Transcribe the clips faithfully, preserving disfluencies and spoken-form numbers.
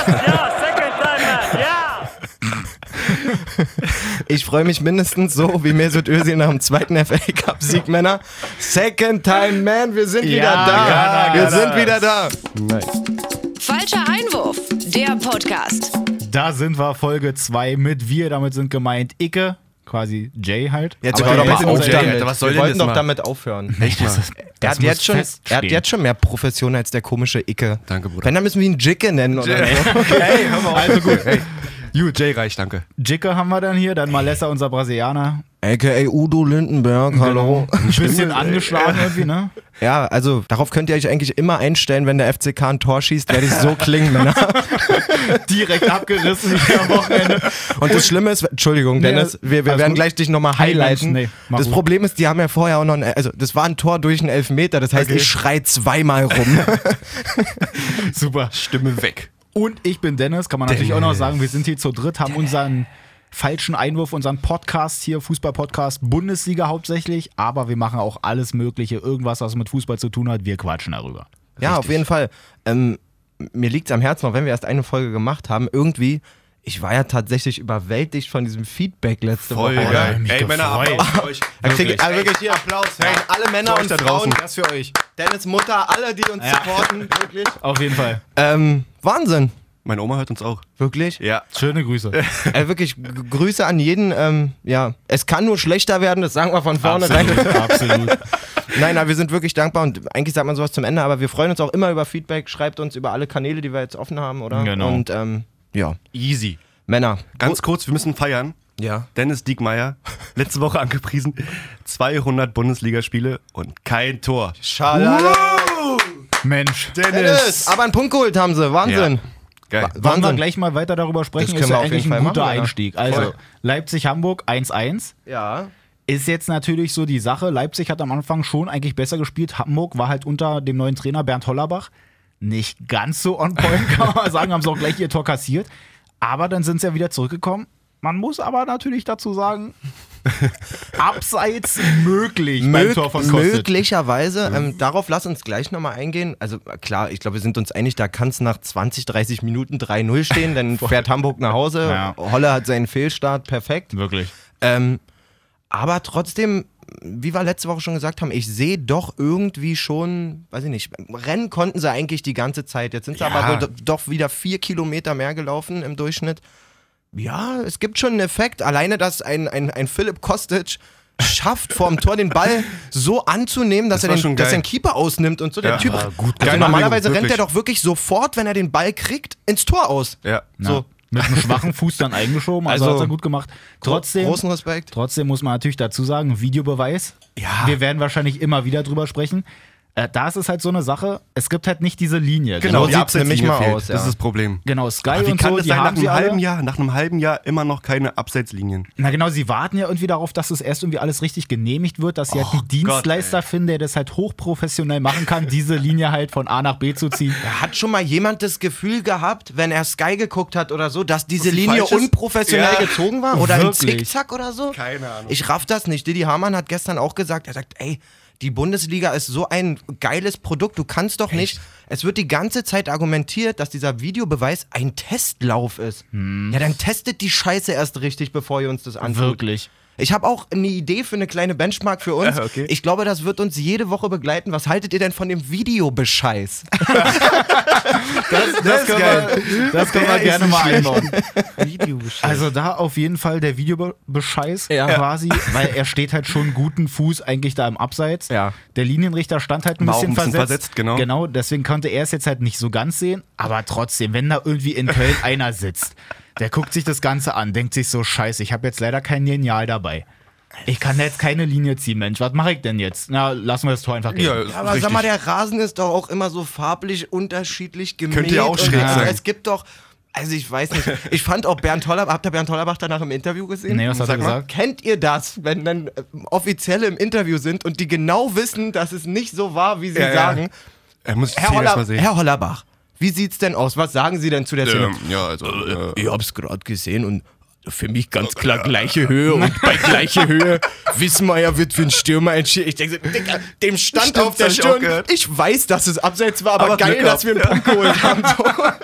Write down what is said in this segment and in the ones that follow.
Ja, second time, man, ja! Ich freue mich mindestens so wie Mesut Özil nach dem zweiten F A Cup Sieg, Männer. Second time, man, wir sind wieder Ja, da. ja, wir ja, sind das. wieder da. Nice. Falscher Einwurf, der Podcast. Da sind wir, Folge zwei mit wir. Damit sind gemeint Icke, quasi Jay halt. Jetzt Aber hör doch der mal ist auf unser- damit. Alter, was soll wir denn wollten das doch mal? damit aufhören. Echt mal. Das ist- Er das hat, muss jetzt schon, er hat feststehen. jetzt schon mehr Profession als der komische Icke. Danke, Bruder. Wenn, dann müssen wir ihn Jicke nennen oder so. Hey, hör mal auf. Also gut. Hey. Gut, Jay reicht, danke. Jicke haben wir dann hier, dann Malessa, unser Brasilianer. A K A Udo Lindenberg, hallo. Ein bisschen angeschlagen irgendwie, ne? Ja, also darauf könnt ihr euch eigentlich immer einstellen, wenn der F C K ein Tor schießt, werde ich so klingen, Männer. Direkt abgerissen wie am Wochenende. Und das Schlimme ist, Entschuldigung, Nee, Dennis, wir, wir alles werden gut. gleich dich nochmal Hey, highlighten. Mensch, nee, mach das gut. Problem ist, die haben ja vorher auch noch, ein, also das war ein Tor durch einen Elfmeter, das heißt, Okay. ich schrei zweimal rum. Super. Stimme weg. Und ich bin Dennis, kann man natürlich auch noch sagen, wir sind hier zu dritt, haben unseren falschen Einwurf, unseren Podcast hier, Fußball-Podcast, Bundesliga hauptsächlich, aber wir machen auch alles Mögliche, irgendwas, was mit Fußball zu tun hat, wir quatschen darüber. Ja, auf jeden Fall. Ähm, mir liegt es am Herzen, auch wenn wir erst eine Folge gemacht haben, irgendwie, ich war ja tatsächlich überwältigt von diesem Feedback letzte Voll Woche. geil. mich Ey, Männer, gefreut. Applaus für euch. Da krieg ich Wirklich. also wirklich hier Applaus. Hey, alle Männer Für euch und da Frauen, draußen. Das für euch. Dennis Mutter, alle, die uns Ja. supporten, wirklich. Auf jeden Fall. Ähm, Wahnsinn, Meine Oma hört uns auch. wirklich. Ja. Schöne Grüße. Äh, wirklich, g- Grüße an jeden. Ähm, ja, es kann nur schlechter werden, das sagen wir von vornherein. Absolut, absolut. Nein, nein, wir sind wirklich dankbar und eigentlich sagt man sowas zum Ende, aber wir freuen uns auch immer über Feedback. Schreibt uns über alle Kanäle, die wir jetzt offen haben, oder? Genau. Und ähm, ja, Easy. Männer. Ganz kurz, wir müssen feiern. Ja. Dennis Diekmeyer, letzte Woche angepriesen, zweihundert Bundesligaspiele und kein Tor. Schalala. Mensch. Dennis, aber einen Punkt geholt haben sie, Wahnsinn. Geil. Wa- Wollen wir Wahnsinn. gleich mal weiter darüber sprechen? Das können Ist wir ja auf eigentlich jeden ein Fall guter machen, ja. Einstieg. Also, Voll. Leipzig-Hamburg eins eins. Ja. Ist jetzt natürlich so die Sache. Leipzig hat am Anfang schon eigentlich besser gespielt. Hamburg war halt unter dem neuen Trainer Bernd Hollerbach nicht ganz so on point, kann man sagen. Haben sie auch gleich ihr Tor kassiert. Aber dann sind sie ja wieder zurückgekommen. Man muss aber natürlich dazu sagen, abseits möglich beim Mög Tor von Kostic. möglicherweise, ähm, darauf lass uns gleich nochmal eingehen. Also klar, ich glaube, wir sind uns einig, da kann es nach zwanzig, dreißig Minuten drei null stehen, dann fährt Hamburg nach Hause, Ja. Holle hat seinen Fehlstart, perfekt. Wirklich. Ähm, aber trotzdem, wie wir letzte Woche schon gesagt haben, ich sehe doch irgendwie schon, weiß ich nicht, rennen konnten sie eigentlich die ganze Zeit. Jetzt sind sie Ja. aber do- doch wieder vier Kilometer mehr gelaufen im Durchschnitt. Ja, es gibt schon einen Effekt. Alleine, dass ein, ein, ein Philipp Kostic schafft, vorm Tor den Ball so anzunehmen, dass Das er war den, schon dass geil. er den Keeper ausnimmt und so. Der Ja, Typ, war gut. also Geile normalerweise Bewegung, rennt er wirklich. doch wirklich sofort, wenn er den Ball kriegt, ins Tor aus. Ja. So. Mit einem schwachen Fuß dann eingeschoben, also, Also, hat er gut gemacht. Trotzdem, Großen Respekt. Trotzdem muss man natürlich dazu sagen, Videobeweis. Ja. Wir werden wahrscheinlich immer wieder drüber sprechen. Äh, da ist es halt so eine Sache, es gibt halt nicht diese Linie. Genau, So die sieht's nämlich Abseitslinie mal fehlt. aus, ja. Das ist das Problem. Genau, Sky Aber wie und kann so, das die sein, nach haben einem sie alle. halben Jahr, nach einem halben Jahr immer noch keine Abseitslinien? Na genau, sie warten ja irgendwie darauf, dass es erst irgendwie alles richtig genehmigt wird, dass sie halt einen Dienstleister finden, der das halt hochprofessionell machen kann, diese Linie halt von A nach B zu ziehen. Hat schon mal jemand das Gefühl gehabt, wenn er Sky geguckt hat oder so, dass diese die Linie falsch ist? unprofessionell Ja. gezogen war? Oder Wirklich? ein Zickzack oder so? Keine Ahnung. Ich raff das nicht. Didi Hamann hat gestern auch gesagt, er sagt, ey, die Bundesliga ist so ein geiles Produkt, du kannst doch nicht, es wird die ganze Zeit argumentiert, dass dieser Videobeweis ein Testlauf ist. Ja, dann testet die Scheiße erst richtig, bevor ihr uns das antut. Wirklich. Ich habe auch eine Idee für eine kleine Benchmark für uns. Ah, okay. Ich glaube, das wird uns jede Woche begleiten. Was haltet ihr denn von dem Videobescheiß? Das, das können wir, das können wir Der gerne ist mal nicht einbauen. Videobescheiß. Also da auf jeden Fall der Videobescheiß Ja. quasi, weil er steht halt schon guten Fuß eigentlich da im Abseits. Ja. Der Linienrichter stand halt ein War auch bisschen, ein bisschen versetzt. versetzt, genau. Genau, deswegen konnte er es jetzt halt nicht so ganz sehen. Aber trotzdem, wenn da irgendwie in Köln einer sitzt, der guckt sich das Ganze an, denkt sich so, scheiße, ich habe jetzt leider kein Lineal dabei. Ich kann da jetzt keine Linie ziehen, Mensch. Was mache ich denn jetzt? Na, lassen wir das Tor einfach gehen. Ja, Ja, aber richtig. sag mal, der Rasen ist doch auch immer so farblich unterschiedlich gemäht. Könnte ja auch und schräg also, sein. Es gibt doch, also ich weiß nicht, ich fand auch Bernd Hollerbach, habt ihr Bernd Hollerbach danach im Interview gesehen? Nee, was hat er Sag mal, gesagt? Kennt ihr das, wenn dann äh, Offizielle im Interview sind und die genau wissen, dass es nicht so war, wie sie Ja, ja. sagen? Er muss Herr, Szene erst Holler, mal sehen. Herr Hollerbach, wie sieht's denn aus? Was sagen Sie denn zu der Szene? Ähm, ja, also. Äh, Ich hab's gerade gesehen und für mich ganz klar gleiche Höhe und bei gleicher Höhe Wismeier wird für einen Stürmer entschieden. Ich denke, so, Digga, dem stand Stimmt, auf der das hab ich auch Stirn. gehört. Ich weiß, dass es abseits war, aber, Aber geil, Glück dass wir einen Punkt geholt haben. So.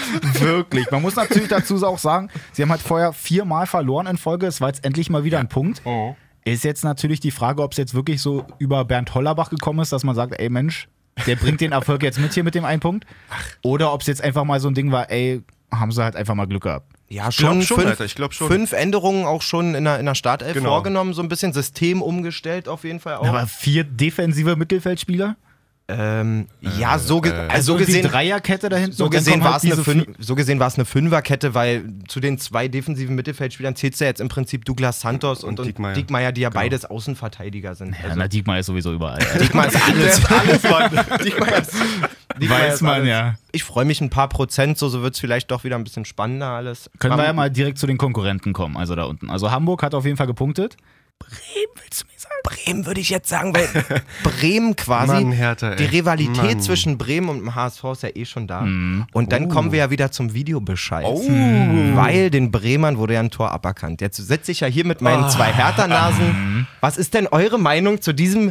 Wirklich. Man muss natürlich dazu auch sagen, sie haben halt vorher viermal verloren in Folge. Es war jetzt endlich mal wieder ein Punkt. Oh. Ist jetzt natürlich die Frage, ob es jetzt wirklich so über Bernd Hollerbach gekommen ist, dass man sagt, ey Mensch, der bringt den Erfolg jetzt mit hier mit dem einen Punkt. Oder ob es jetzt einfach mal so ein Ding war, ey, haben sie halt einfach mal Glück gehabt. Ja, Ich glaub schon, schon, fünf, Alter, ich glaub schon. fünf Änderungen auch schon in der, in der Startelf Genau. vorgenommen, so ein bisschen System umgestellt auf jeden Fall auch. Aber vier defensive Mittelfeldspieler? ähm, ja, so, ge Also also so die gesehen, Dreierkette da hinten. so und dann gesehen kommen war halt es eine, diese Fün vier- so gesehen war es eine Fünferkette, weil zu den zwei defensiven Mittelfeldspielern zählst du ja jetzt im Prinzip Douglas Santos und, Und und Diekmeyer. Diekmeyer, die ja beides Außenverteidiger sind. Ja, Also, na, Diekmeyer ist sowieso überall. Diekmeyer ist alles. alles Diekmeyer ist, Diekmeyer Weiß ist man, alles. ja. Ich freue mich ein paar Prozent, so, so wird es vielleicht doch wieder ein bisschen spannender alles. Können Aber- wir ja mal direkt zu den Konkurrenten kommen, also da unten. Also Hamburg hat auf jeden Fall gepunktet. Bremen, willst du mir sagen? Bremen würde ich jetzt sagen, weil Bremen quasi, Mann, Hertha, ey. die Rivalität Mann. zwischen Bremen und dem H S V ist ja eh schon da. Mhm. Und dann Oh. kommen wir ja wieder zum Videobescheid. Oh. Weil den Bremern wurde ja ein Tor aberkannt. Jetzt sitze ich ja hier mit meinen zwei Hertha-Nasen. Was ist denn eure Meinung zu diesem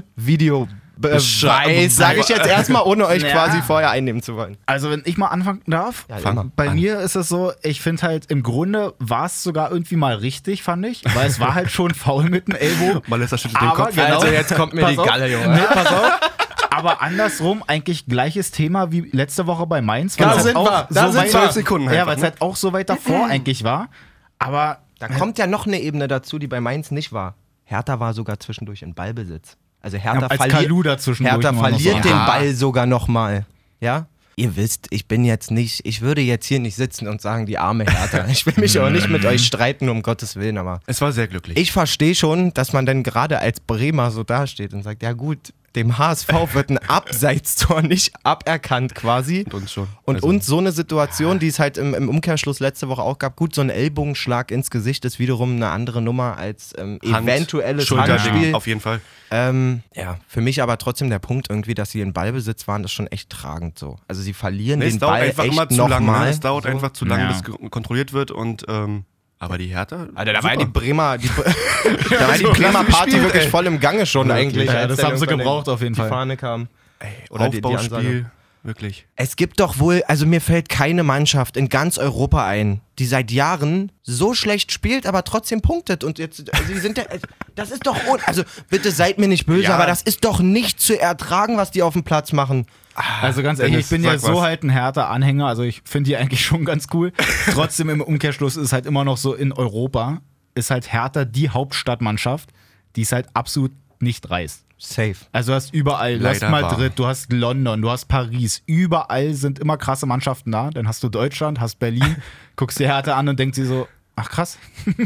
Videobeweis? Sage ich jetzt erstmal, ohne euch Ja. quasi vorher einnehmen zu wollen. Also wenn ich mal anfangen darf, Ja, fang, immer. bei An. mir ist es so, ich finde halt, im Grunde war es sogar irgendwie mal richtig, fand ich, weil es war halt schon faul mit dem Ellbogen. Malessa schüttelt den Aber Kopf. genau, Also jetzt kommt mir pass die auf. Galle, Junge. Nee, pass auf. Aber andersrum eigentlich gleiches Thema wie letzte Woche bei Mainz. weil Da es sind halt wir, auch da so sind weit, wir. Zwölf Sekunden Ja, einfach, weil es ne? halt auch so weit davor eigentlich war. Aber Da kommt ja noch eine Ebene dazu, die bei Mainz nicht war. Hertha war sogar zwischendurch in Ballbesitz. Also Hertha, Ja, als verliert, Kalu dazwischendurch Hertha nur noch verliert so. den Ja. Ball sogar nochmal. Ja? Ihr wisst, ich bin jetzt nicht, ich würde jetzt hier nicht sitzen und sagen, die arme Hertha. Ich will mich auch nicht mit euch streiten, um Gottes Willen, aber Es war sehr glücklich. ich verstehe schon, dass man dann gerade als Bremer so dasteht und sagt, ja gut, dem H S V wird ein Abseitstor nicht aberkannt quasi. Und uns schon. Und Also- uns so eine Situation, die es halt im, im Umkehrschluss letzte Woche auch gab, gut, so ein Ellbogenschlag ins Gesicht ist wiederum eine andere Nummer als ähm, Hand, eventuelles Schulterding, Handspiel. auf jeden Fall. Ähm, ja, für mich aber trotzdem der Punkt irgendwie, dass sie in Ballbesitz waren, das ist schon echt tragend so. Also sie verlieren Nee, es den dauert Ball einfach echt immer zu lange. Ne? nochmal. Es dauert so. einfach zu lange, Ja. bis ge- kontrolliert wird. Und ähm, aber die Hertha. Alter, da war ja super. die Bremer, die, Bre- da war die so Bremer klasse Party gespielt, wirklich ey. voll im Gange schon Wirklich. eigentlich. Ja, als das dann haben sie irgendwann gebraucht auf jeden die Fall. Fahne kam. Oder die- die Ansage. Aufbauspiel. Wirklich. Es gibt doch wohl, also mir fällt keine Mannschaft in ganz Europa ein, die seit Jahren so schlecht spielt, aber trotzdem punktet. Und jetzt, also die sind ja, das ist doch, un also bitte seid mir nicht böse, Ja. aber das ist doch nicht zu ertragen, was die auf dem Platz machen. Also ganz ehrlich, Dennis, ich bin ja sag so was. halt ein Hertha-Anhänger, also ich finde die eigentlich schon ganz cool. Trotzdem im Umkehrschluss ist es halt immer noch so, in Europa ist halt Hertha die Hauptstadtmannschaft, die es halt absolut nicht reißt. Safe. Also du hast überall, du hast Leider Madrid, wahr. du hast London, du hast Paris, überall sind immer krasse Mannschaften da. Dann hast du Deutschland, hast Berlin, guckst dir Hertha an und denkst dir so, ach krass,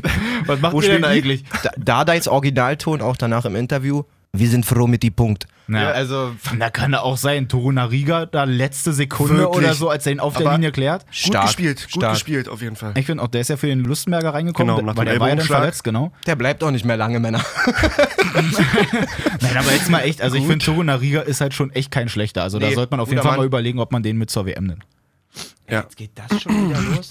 was macht Wo ihr denn spielen die? eigentlich? Da, Dardais Originalton auch danach im Interview. Wir sind froh mit die Punkt. Ja, also da kann da auch sein, Torunariga da letzte Sekunde Wirklich. oder so, als er ihn auf der Aber- Linie klärt. Gut stark. gespielt, gut stark. gespielt auf jeden Fall. Ich finde auch, der ist ja für den Lustenberger reingekommen, Genau, nach weil dem der war ja dann Ellbogenschlag. verletzt, genau. Der bleibt auch nicht mehr lange, Männer. Nein, aber jetzt mal echt, also ich finde, Torunariga ist halt schon echt kein schlechter. Also da Nee, sollte man auf jeden guter Fall Mann. mal überlegen, ob man den mit zur W M nimmt. Ja. Jetzt geht das schon wieder los.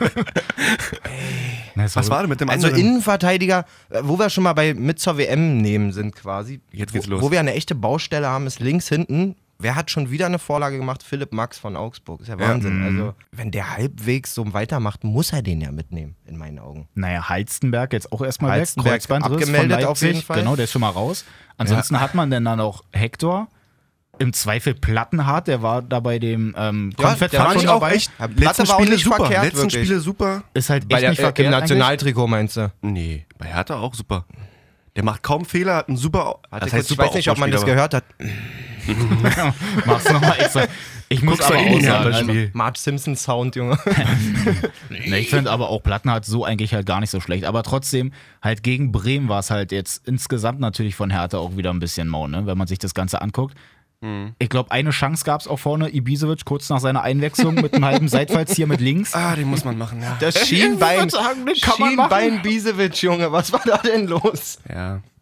Na, ist Was doch- war denn mit dem Also anderen? Innenverteidiger, äh, wo wir schon mal bei mit zur W M nehmen sind quasi. Jetzt geht's wo, los. Wo wir eine echte Baustelle haben, ist links hinten. Wer hat schon wieder eine Vorlage gemacht? Philipp Max von Augsburg. Ist ja Ja. Wahnsinn. Mhm. Also, wenn der halbwegs so weitermacht, muss er den ja mitnehmen, in meinen Augen. Naja, Halstenberg jetzt auch erstmal weg. Halstenberg Kreuzbandriss abgemeldet von Leipzig. auf jeden Fall. Genau, der ist schon mal raus. Ansonsten hat man denn dann auch Hector. Im Zweifel Plattenhardt, der war da bei dem ähm, Confed der war schon nicht auch dabei. echt. Ja, Letzten Platte war auch Spiele nicht super. verkehrt, Letzten wirklich. Spiele super. Ist halt Bei echt der, nicht äh, verkehrt Im eigentlich. Nationaltrikot meinst du? Nee, bei Hertha auch super. Der macht kaum Fehler, hat einen super. Warte das kurz, heißt ich super weiß nicht, ob man das Aufbauspiel, gehört hat. Mach's nochmal extra. Ich muss Guck's aber doch eh auch nicht an, sagen, das also, Spiel. Marge Simpson Sound, Junge. ne, ich finde aber auch Plattenhardt so eigentlich halt gar nicht so schlecht. Aber trotzdem, halt gegen Bremen war es halt jetzt insgesamt natürlich von Hertha auch wieder ein bisschen mau, ne? Wenn man sich das Ganze anguckt. Ich glaube, eine Chance gab es auch vorne, Ibisevic kurz nach seiner Einwechslung mit einem halben Seitfallzieher mit links. Ah, den muss man machen, ja. Das Schienbein, Ich würd sagen, den kann man machen. Schienbein Bisevic, Junge, was war da denn los? Ja.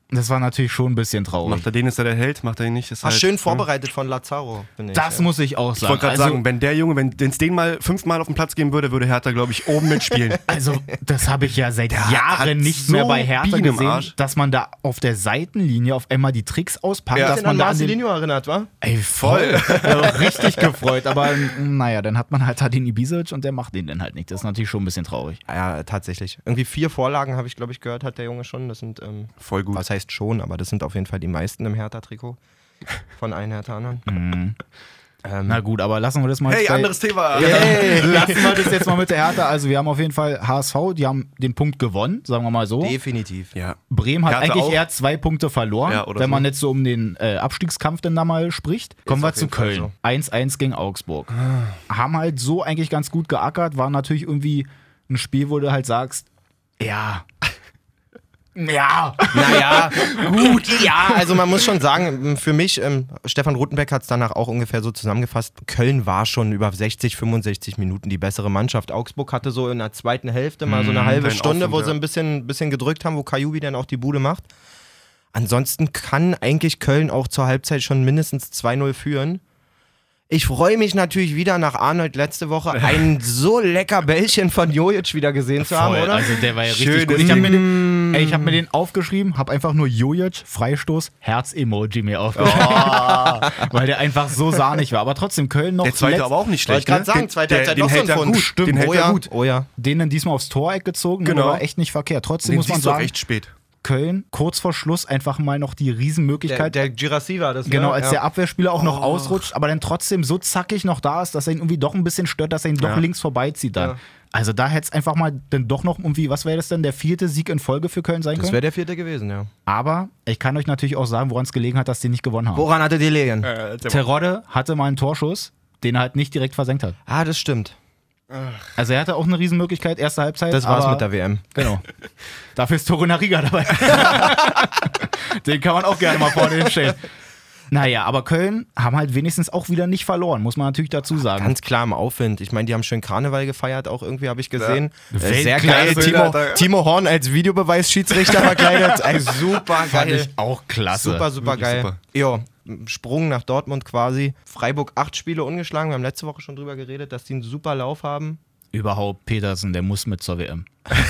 Das war natürlich schon ein bisschen traurig. Macht er den, ist er der Held, macht er ihn nicht, ist War halt, schön ne? vorbereitet von Lazaro, finde ich. Das ja. muss ich auch Ich sagen. wollte gerade Also, sagen, wenn der Junge, wenn es den mal fünfmal auf den Platz geben würde, würde Hertha, glaube ich, oben mitspielen. Also, das habe ich ja seit hat Jahren nicht so mehr bei Hertha Bienen im gesehen, Arsch. dass man da auf der Seitenlinie auf einmal die Tricks auspackt, Ja. dass man an da an den, Marcelinho erinnert, wa? ey, voll, also richtig gefreut, aber naja, dann hat man halt da den Ibisevic und der macht den dann halt nicht. Das ist natürlich schon ein bisschen traurig. Ja, tatsächlich. Irgendwie vier Vorlagen habe ich, glaube ich, gehört, hat der Junge schon. Das sind, ähm, Voll gut. was heißt schon, aber das sind auf jeden Fall die meisten im Hertha-Trikot. Von allen Herthanern. Mhm. Ähm, Na gut, aber lassen wir das mal Hey, jetzt bei- anderes Thema. Lassen wir das jetzt mal mit der Hertha. Also wir haben auf jeden Fall H S V, die haben den Punkt gewonnen, sagen wir mal so. definitiv. Ja. Bremen hat Hertha eigentlich auch. eher zwei Punkte verloren, Ja, oder wenn man so. jetzt so um den äh, Abstiegskampf denn da mal spricht. Kommen wir auf zu jeden Fall Köln. so. eins eins gegen Augsburg. Haben halt so eigentlich ganz gut geackert, war natürlich irgendwie ein Spiel, wo du halt sagst, ja, ja, Naja, gut. Ja, also man muss schon sagen, für mich, ähm, Stefan Ruttenbeck hat es danach auch ungefähr so zusammengefasst, Köln war schon über sechzig, fünfundsechzig Minuten die bessere Mannschaft. Augsburg hatte so in der zweiten Hälfte mal so eine halbe kleinen Stunde, wo Aufwind, sie ja. ein bisschen, bisschen gedrückt haben, wo Kajubi dann auch die Bude macht. Ansonsten kann eigentlich Köln auch zur Halbzeit schon mindestens zwei null führen. Ich freue mich natürlich wieder nach Arnold letzte Woche ein so lecker Bällchen von Jojic wieder gesehen zu haben, voll. oder? Also der war ja richtig Schönes gut. Ich habe mir, Ding. den- ey, ich hab mir den aufgeschrieben, habe einfach nur Jojic, Freistoß, Herz-Emoji mir aufgeschrieben. Weil der einfach so sahnig war. Aber trotzdem, Köln noch Der zweite zuletzt aber auch nicht Wollte schlecht. ich gerade ne? sagen, Den- zweite der- Halbzeit den doch so hält ein er Fund. gut. Stimmt, Den hält oh er ja, gut. oh ja. den dann diesmal aufs Toreck gezogen, Genau. der war echt nicht verkehrt. Trotzdem Den muss man siehst du auch sagen, echt spät. Köln kurz vor Schluss einfach mal noch die Der, Riesenmöglichkeit. der Girassi war das, Genau, ne? als ja. der Abwehrspieler auch noch ausrutscht, aber dann trotzdem so zackig noch da ist, dass er ihn irgendwie doch ein bisschen stört, dass er ihn doch Ja. links vorbeizieht dann. Ja. Also da hätte es einfach mal dann doch noch irgendwie, was wäre das denn, der vierte Sieg in Folge für Köln sein Das können? wäre der vierte gewesen, ja. Aber ich kann euch natürlich auch sagen, woran es gelegen hat, dass die nicht gewonnen haben. Woran hatte die liegen? Äh, der Terodde hatte mal einen Torschuss, den er halt nicht direkt versenkt hat. Ah, das stimmt. Also er hatte auch eine Riesenmöglichkeit, erste Halbzeit. Das war's aber mit der W M. Genau. Dafür ist Torunariga dabei. Den kann man auch gerne mal vorne hinstellen. Naja, aber Köln haben halt wenigstens auch wieder nicht verloren, muss man natürlich dazu sagen. Ganz klar im Aufwind. Ich meine, die haben schön Karneval gefeiert, auch irgendwie habe ich gesehen. Ja. Äh, Sehr Weltklasse, geil. Timo, Alter. Timo Horn als Videobeweisschiedsrichter verkleidet. Ey, super Fand geil. ich auch klasse. Super, super Wirklich geil. super. Jo, Sprung nach Dortmund quasi. Freiburg acht Spiele ungeschlagen. Wir haben letzte Woche schon drüber geredet, dass die einen super Lauf haben. Überhaupt Petersen, der muss mit zur W M.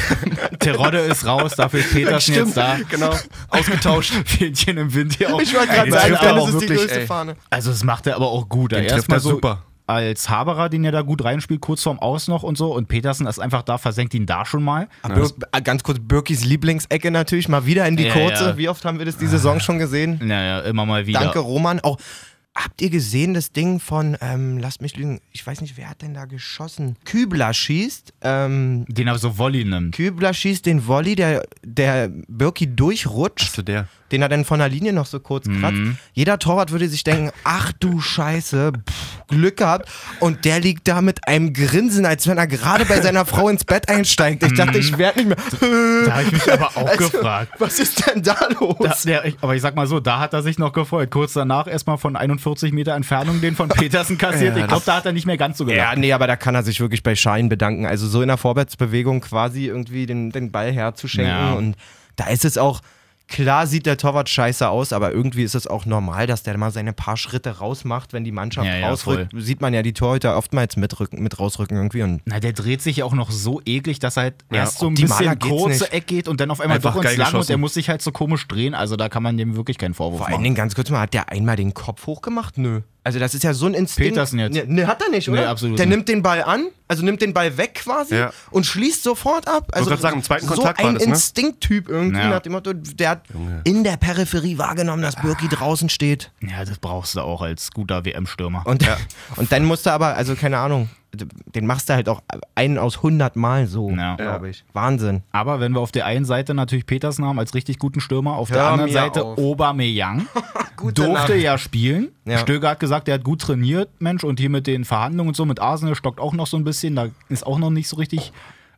Terodde ist raus, dafür ist Petersen jetzt da. Genau. Ausgetauscht. Fähnchen im Wind hier auch. Ich wollte Ey, gerade das sagen, trifft er Dennis auch ist die wirklich, größte ey. Fahne. Also das macht er aber auch gut. Den trifft Erstmal er so super. als Haberer, den er da gut reinspielt, kurz vorm Aus noch und so. Und Petersen ist einfach da, versenkt ihn da schon mal. Bir äh, ganz kurz, Birkis Lieblingsecke natürlich, mal wieder in die Ja, kurze. ja. Wie oft haben wir das die Saison schon gesehen? Naja, immer mal wieder. Danke, Roman. Auch, habt ihr gesehen, das Ding von, ähm, lasst mich lügen, ich weiß nicht, wer hat denn da geschossen? Kübler schießt, ähm, Den er so Volley nimmt. Kübler schießt den Volley, der, der Birki durchrutscht, Achso, der. den er dann von der Linie noch so kurz kratzt. Jeder Torwart würde sich denken, ach du Scheiße, pff, Glück gehabt. Und der liegt da mit einem Grinsen, als wenn er gerade bei seiner Frau ins Bett einsteigt. Ich dachte, ich werde nicht mehr. Da habe ich mich aber auch Also, gefragt. Was ist denn da los? Da, der, ich, aber ich sag mal so, da hat er sich noch gefreut. Kurz danach erstmal von einundvierzig Meter Entfernung den von Petersen kassiert. Ja, ich glaube, da hat er nicht mehr ganz so gelacht. Ja, nee, aber da kann er sich wirklich bei Schein bedanken. Also so in der Vorwärtsbewegung quasi irgendwie den, den Ball herzuschenken. Ja. Und da ist es auch, klar sieht der Torwart scheiße aus, aber irgendwie ist es auch normal, dass der mal seine paar Schritte rausmacht, wenn die Mannschaft Ja, ja, rausrückt. Sieht man ja die Torhüter oftmals mitrücken, mit rausrücken irgendwie. Und Na, der dreht sich ja auch noch so eklig, dass er halt Ja, erst so ein optimaler bisschen geht's kurze nicht. Eck geht und dann auf einmal Einfach doch ins geil Lang und geschossen. der muss sich halt so komisch drehen. Also da kann man dem wirklich keinen Vorwurf vor machen. allen Dingen ganz kurz mal, hat der einmal den Kopf hochgemacht? Nö. Also das ist ja so ein Instinkt. Petersen jetzt? Nee, nee, hat er nicht, oder? Nee, absolut Der nicht. nimmt den Ball an, also nimmt den Ball weg quasi Ja. und schließt sofort ab. Also grad sagen, im zweiten so Kontakt ein war das, ne? Instinkttyp irgendwie, Ja. nach dem Motto, der hat Junge. in der Peripherie wahrgenommen, dass Birki draußen steht. Ja, das brauchst du auch als guter W M-Stürmer. Und, und dann musst du aber, also keine Ahnung, den machst du halt auch einen aus hundert Mal so, Ja. glaube ich. Wahnsinn. Aber wenn wir auf der einen Seite natürlich Petersen haben als richtig guten Stürmer, auf der Hör anderen mir Seite auf. Aubameyang. Gute Durfte Nacht. ja spielen. Ja. Stöger hat gesagt, der hat gut trainiert, Mensch, und hier mit den Verhandlungen und so mit Arsenal stockt auch noch so ein bisschen. Da ist auch noch nicht so richtig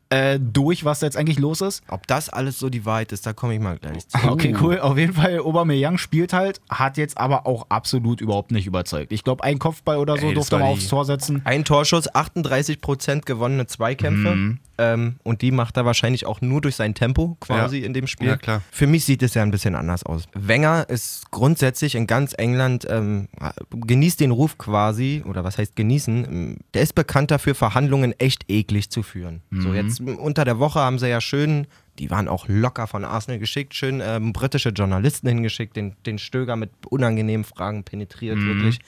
äh, durch, was da jetzt eigentlich los ist. Ob das alles so die Wahrheit ist, da komme ich mal gleich zu. Okay, cool. Auf jeden Fall, Aubameyang spielt halt, hat jetzt aber auch absolut überhaupt nicht überzeugt. Ich glaube, ein Kopfball oder so Ey, das durfte er war mal die- aufs Tor setzen. Ein Torschuss, achtunddreißig Prozent gewonnene Zweikämpfe. Mhm. Ähm, und die macht er wahrscheinlich auch nur durch sein Tempo quasi Ja. in dem Spiel. Ja, klar. Für mich sieht es ja ein bisschen anders aus. Wenger ist grundsätzlich in ganz England, ähm, genießt den Ruf quasi, oder was heißt genießen, ähm, der ist bekannt dafür, Verhandlungen echt eklig zu führen. So jetzt m, unter der Woche haben sie ja schön, die waren auch locker von Arsenal geschickt, schön ähm, britische Journalisten hingeschickt, den, den Stöger mit unangenehmen Fragen penetriert, wirklich.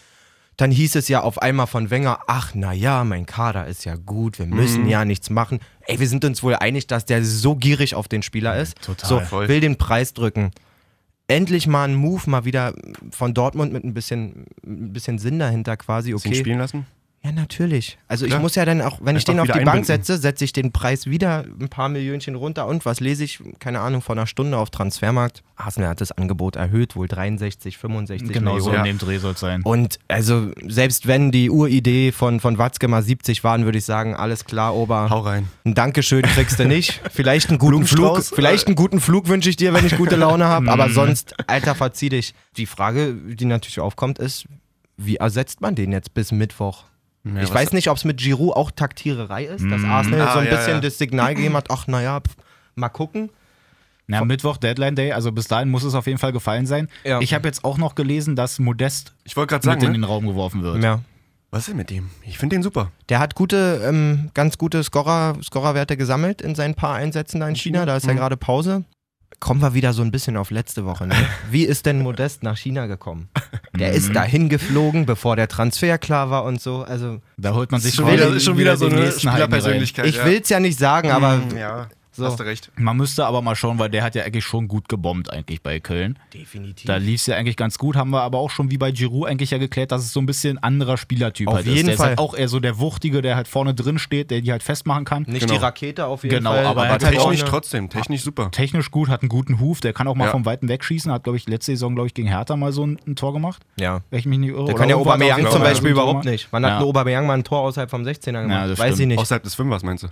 Dann hieß es ja auf einmal von Wenger, ach na ja, mein Kader ist ja gut, wir müssen ja nichts machen. Ey, wir sind uns wohl einig, dass der so gierig auf den Spieler ist. total. So, Voll. will den Preis drücken. Endlich mal ein Move, mal wieder von Dortmund mit ein bisschen, ein bisschen Sinn dahinter quasi, Okay. okay. spielen lassen? Ja, natürlich. Also Klar. ich muss ja dann auch, wenn ich Einfach den auf die wieder Bank einbinden. setze, setze ich den Preis wieder ein paar Millionchen runter und was lese ich, keine Ahnung, vor einer Stunde auf Transfermarkt. Arsenal hat das Angebot erhöht, wohl dreiundsechzig, fünfundsechzig Genau so Millionen. in dem Dreh soll es sein. Und also selbst wenn die Uridee von, von Watzke mal siebzig waren, würde ich sagen, alles klar, Ober. Hau rein. Ein Dankeschön kriegst du nicht. Vielleicht einen guten Flug. Blumenstrauß, Vielleicht einen guten Flug wünsche ich dir, wenn ich gute Laune habe. Aber sonst, Alter, verzieh dich. Die Frage, die natürlich aufkommt, ist, wie ersetzt man den jetzt bis Mittwoch? Ja, ich was- weiß nicht, ob es mit Giroud auch Taktiererei ist, dass Arsenal Ah, so ein ja, bisschen ja. das Signal gegeben hat, ach naja, mal gucken. Ja, Mittwoch, Deadline Day, also bis dahin muss es auf jeden Fall gefallen sein. Ja. Ich habe jetzt auch noch gelesen, dass Modest Ich wollte gerade mit sagen, in den ne? Raum geworfen wird. Ja. Was ist denn mit dem? Ich finde den super. Der hat gute, ähm, ganz gute Scorer, Scorerwerte gesammelt in seinen paar Einsätzen da in China. Da ist ja gerade Pause. Kommen wir wieder so ein bisschen auf letzte Woche. Ne? Wie ist denn Modest nach China gekommen? Der ist dahin geflogen, bevor der Transfer klar war und so. Also Da holt man sich Schon gerade wieder, schon wieder so den eine nächsten Heiden rein. Spielerpersönlichkeit. ich will es ja nicht sagen, aber Mm, ja, so. hast du recht. Man müsste aber mal schauen, weil der hat ja eigentlich schon gut gebombt eigentlich bei Köln. definitiv. Da lief es ja eigentlich ganz gut, haben wir aber auch schon wie bei Giroud eigentlich ja geklärt, dass es so ein bisschen anderer Spielertyp Auf halt jeden ist. Der Fall. ist halt auch eher so der Wuchtige, der halt vorne drin steht, der die halt festmachen kann. Nicht Genau. die Rakete auf jeden Genau, Fall. aber er Aber hat halt auch technisch eine- trotzdem, technisch super. Technisch gut, hat einen guten Huf, der kann auch mal Ja. vom Weiten wegschießen, hat glaube ich letzte Saison glaube ich gegen Hertha mal so ein, ein Tor gemacht, Ja. wenn ich mich nicht irre. Der Oder kann ja irgendwo hat er auf Aubameyang jeden zum Fall Beispiel so ein Tor überhaupt gemacht. nicht. Wann hat Ja. ein Aubameyang mal ein Tor außerhalb vom sechzehner gemacht? Ja, das Weiß ich stimmt. nicht. Außerhalb des Fünfers, meinst du?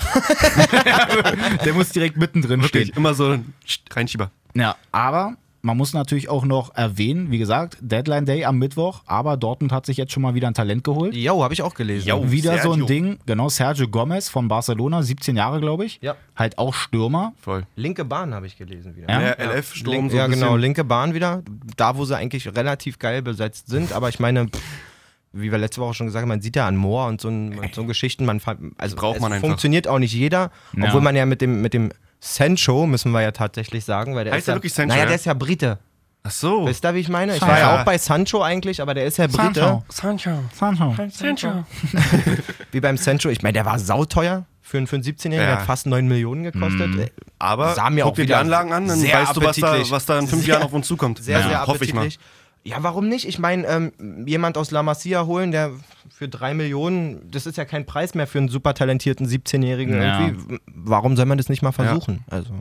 Der muss direkt mittendrin stehen. Wirklich, immer so ein Reinschieber. Ja, aber man muss natürlich auch noch erwähnen, wie gesagt, Deadline Day am Mittwoch, aber Dortmund hat sich jetzt schon mal wieder ein Talent geholt. Jo, habe ich auch gelesen. Jo. Wieder so ein Sergio. Ding, genau, Sergio Gomez von Barcelona, siebzehn Jahre, glaube ich. Ja. Halt auch Stürmer. Voll. Linke Bahn habe ich gelesen wieder. Ja? Ja, L F-Sturm Link, so ja, ein bisschen. genau, linke Bahn wieder. Da, wo sie eigentlich relativ geil besetzt sind. Aber ich meine, pff, wie wir letzte Woche schon gesagt haben, man sieht ja an Moor und so, ein, und so Geschichten, man, fa- also Braucht es man einfach. funktioniert auch nicht jeder. Ja. Obwohl man ja mit dem, mit dem Sancho, müssen wir ja tatsächlich sagen, weil der Heißt ist der ja, wirklich Sancho, naja, ja? der ist ja Brite. Ach so. Wisst ihr, wie ich meine? Ich Sancho. war ja auch bei Sancho eigentlich, aber der ist ja Brite. Sancho. Sancho. Sancho. Sancho. Wie beim Sancho. Ich meine, der war sauteuer für, einen- für einen siebzehnjährigen, Ja. der hat fast neun Millionen gekostet. Äh, Aber Sah mir guck auch dir die wieder Anlagen an, dann sehr weißt du, was da, appetitlich. was da in fünf Sehr- Jahren auf uns zukommt. Sehr, ja, sehr hoffe ich mal. appetitlich. Ja, warum nicht? Ich meine, ähm, jemand aus La Masia holen, der für drei Millionen, das ist ja kein Preis mehr für einen super talentierten siebzehnjährigen Ja. irgendwie. Warum soll man das nicht mal versuchen? Also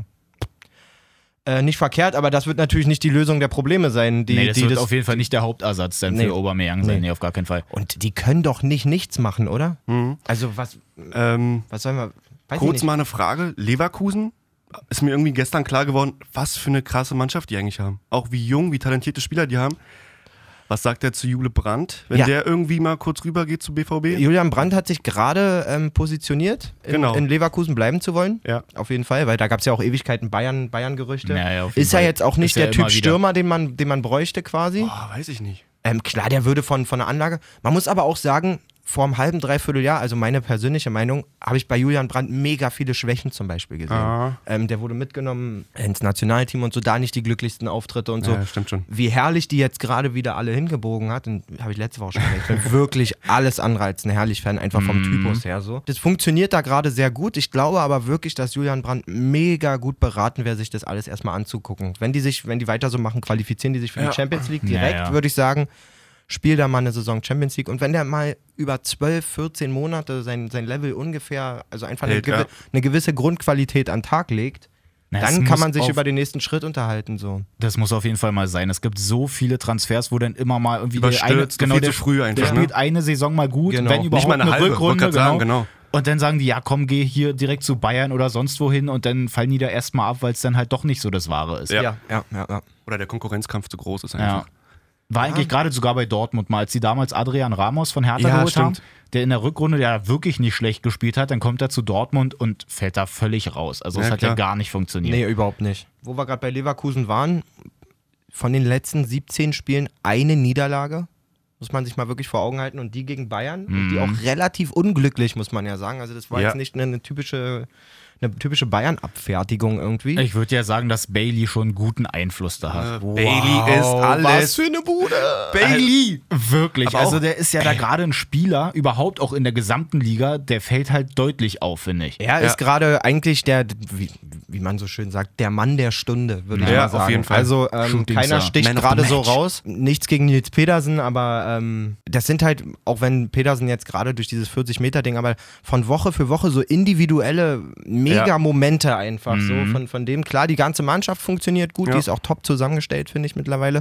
äh, nicht verkehrt, aber das wird natürlich nicht die Lösung der Probleme sein. Die, Nee, das die wird das auf jeden Fall nicht der Hauptersatz dann Nee. für Aubameyang sein. Nee. Nee, auf gar keinen Fall. Und die können doch nicht nichts machen, oder? Mhm. Also was, Ähm, was sollen wir? Weiß kurz ich nicht. mal eine Frage. Leverkusen, ist mir irgendwie gestern klar geworden, was für eine krasse Mannschaft die eigentlich haben. Auch wie jung, wie talentierte Spieler die haben. Was sagt der zu Jule Brandt, wenn Ja. der irgendwie mal kurz rüber geht zu B V B? Julian Brandt hat sich gerade ähm, positioniert, in, Genau. in Leverkusen bleiben zu wollen. Ja. Auf jeden Fall, weil da gab es ja auch Ewigkeiten Bayern, Bayern-Gerüchte. Ja, ja, auf jeden ist ja Fall. jetzt auch nicht Ist ja der immer Typ wieder. Stürmer, den man, den man bräuchte quasi. Oh, weiß ich nicht. Ähm, klar, der würde von, von der Anlage. Man muss aber auch sagen, vor einem halben, dreiviertel Jahr, also meine persönliche Meinung, habe ich bei Julian Brandt mega viele Schwächen zum Beispiel gesehen. Ah. Ähm, der wurde mitgenommen ins Nationalteam und so, da nicht die glücklichsten Auftritte und so. Ja, stimmt schon. Wie herrlich die jetzt gerade wieder alle hingebogen hat, habe ich letzte Woche schon gesagt. Ich bin wirklich alles andere als ein herrlich Fan, einfach vom Typus her so. Das funktioniert da gerade sehr gut. Ich glaube aber wirklich, dass Julian Brandt mega gut beraten wäre, sich das alles erstmal anzugucken. Wenn die sich, wenn die weiter so machen, qualifizieren die sich für Ja. die Champions League Ja, direkt, ja. würde ich sagen. Spiel da mal eine Saison Champions League und wenn der mal über zwölf, vierzehn Monate sein, sein Level ungefähr, also einfach eine, Hält, gewi ja. eine gewisse Grundqualität an den Tag legt, Na, es dann kann muss man sich auf- über den nächsten Schritt unterhalten. So. Das muss auf jeden Fall mal sein. Es gibt so viele Transfers, wo dann immer mal irgendwie der Überstürzt, eine, genau, viel der, zu früh der einfach, spielt ne? eine Saison mal gut, Genau. wenn Nicht überhaupt Nicht mal eine halbe, Rückrunde, wollte grad sagen, genau. Und dann sagen die, ja komm, geh hier direkt zu Bayern oder sonst wohin und dann fallen die da erstmal ab, weil es dann halt doch nicht so das Wahre ist. Ja. Ja, ja, ja. ja. Oder der Konkurrenzkampf zu groß ist Ja. einfach. War eigentlich gerade sogar bei Dortmund mal, als die damals Adrian Ramos von Hertha Ja, geholt stimmt. haben, der in der Rückrunde ja wirklich nicht schlecht gespielt hat, dann kommt er zu Dortmund und fällt da völlig raus. Also es Ja, hat ja klar. gar nicht funktioniert. Nee, überhaupt nicht. Wo wir gerade bei Leverkusen waren, von den letzten siebzehn Spielen eine Niederlage. Muss man sich mal wirklich vor Augen halten. Und die gegen Bayern. Und die auch relativ unglücklich, muss man ja sagen. Also das war Ja. jetzt nicht eine, eine typische, eine typische Bayern-Abfertigung irgendwie. Ich würde ja sagen, dass Bailey schon einen guten Einfluss da hat. Bailey ist alles. Was für eine Bude! Bailey! Wirklich. Aber auch- Also der ist ja da gerade ein Spieler, überhaupt auch in der gesamten Liga, der fällt halt deutlich auf, finde ich. Er Ja. ist gerade eigentlich der, wie, wie man so schön sagt, der Mann der Stunde, würde ich Ja, mal auf sagen. jeden Fall. Also ähm, Shooting keiner Star. sticht Man of the gerade so match. raus. Nichts gegen Nils Pedersen, aber ähm, das sind halt, auch wenn Pedersen jetzt gerade durch dieses vierzig-Meter-Ding, aber von Woche für Woche so individuelle Mega-Momente einfach. So von, von dem, klar, die ganze Mannschaft funktioniert gut, Ja. die ist auch top zusammengestellt, finde ich mittlerweile.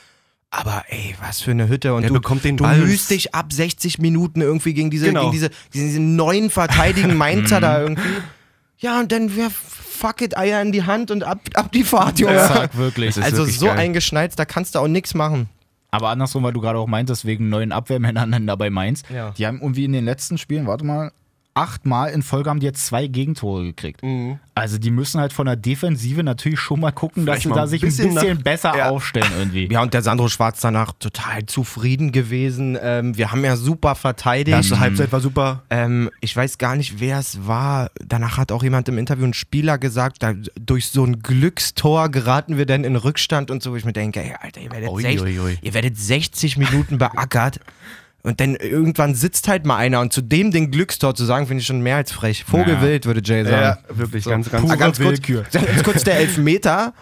Aber ey, was für eine Hütte. Und Der du, bekommt den du Ball. mühst dich ab sechzig Minuten irgendwie gegen diese, Genau. gegen diese, gegen diese neuen verteidigen Mainzer da irgendwie. Ja, und dann ja, fuck it, Eier in die Hand und ab, ab die Fahrt, Junge. Zack, wirklich. ist Also wirklich so geil. eingeschneit, da kannst du auch nichts machen. Aber andersrum, weil du gerade auch meintest, wegen neuen Abwehrmännern dann dabei Mainz. Ja. Die haben irgendwie in den letzten Spielen, warte mal, achtmal in Folge haben die jetzt zwei Gegentore gekriegt. Mhm. Also die müssen halt von der Defensive natürlich schon mal gucken, dass Vielleicht sie mal da ein sich ein bisschen bisschen nach- besser Ja. aufstellen irgendwie. Ja, und der Sandro Schwarz danach total zufrieden gewesen. Ähm, wir haben ja super verteidigt. Erste Halbzeit war super. Ähm, ich weiß gar nicht, wer es war. Danach hat auch jemand im Interview, ein Spieler, gesagt, da, durch so ein Glückstor geraten wir dann in Rückstand und so. Wo ich mir denke, ey, Alter, ihr werdet, Ui, sech- ui, ui. ihr werdet sechzig Minuten beackert. Und dann irgendwann sitzt halt mal einer. Und zu dem den Glückstor zu sagen, finde ich schon mehr als frech. Vogelwild, würde Jay sagen. Ja, wirklich, ganz, ganz. Ah, ganz, kurz, Willkür. ganz kurz der Elfmeter.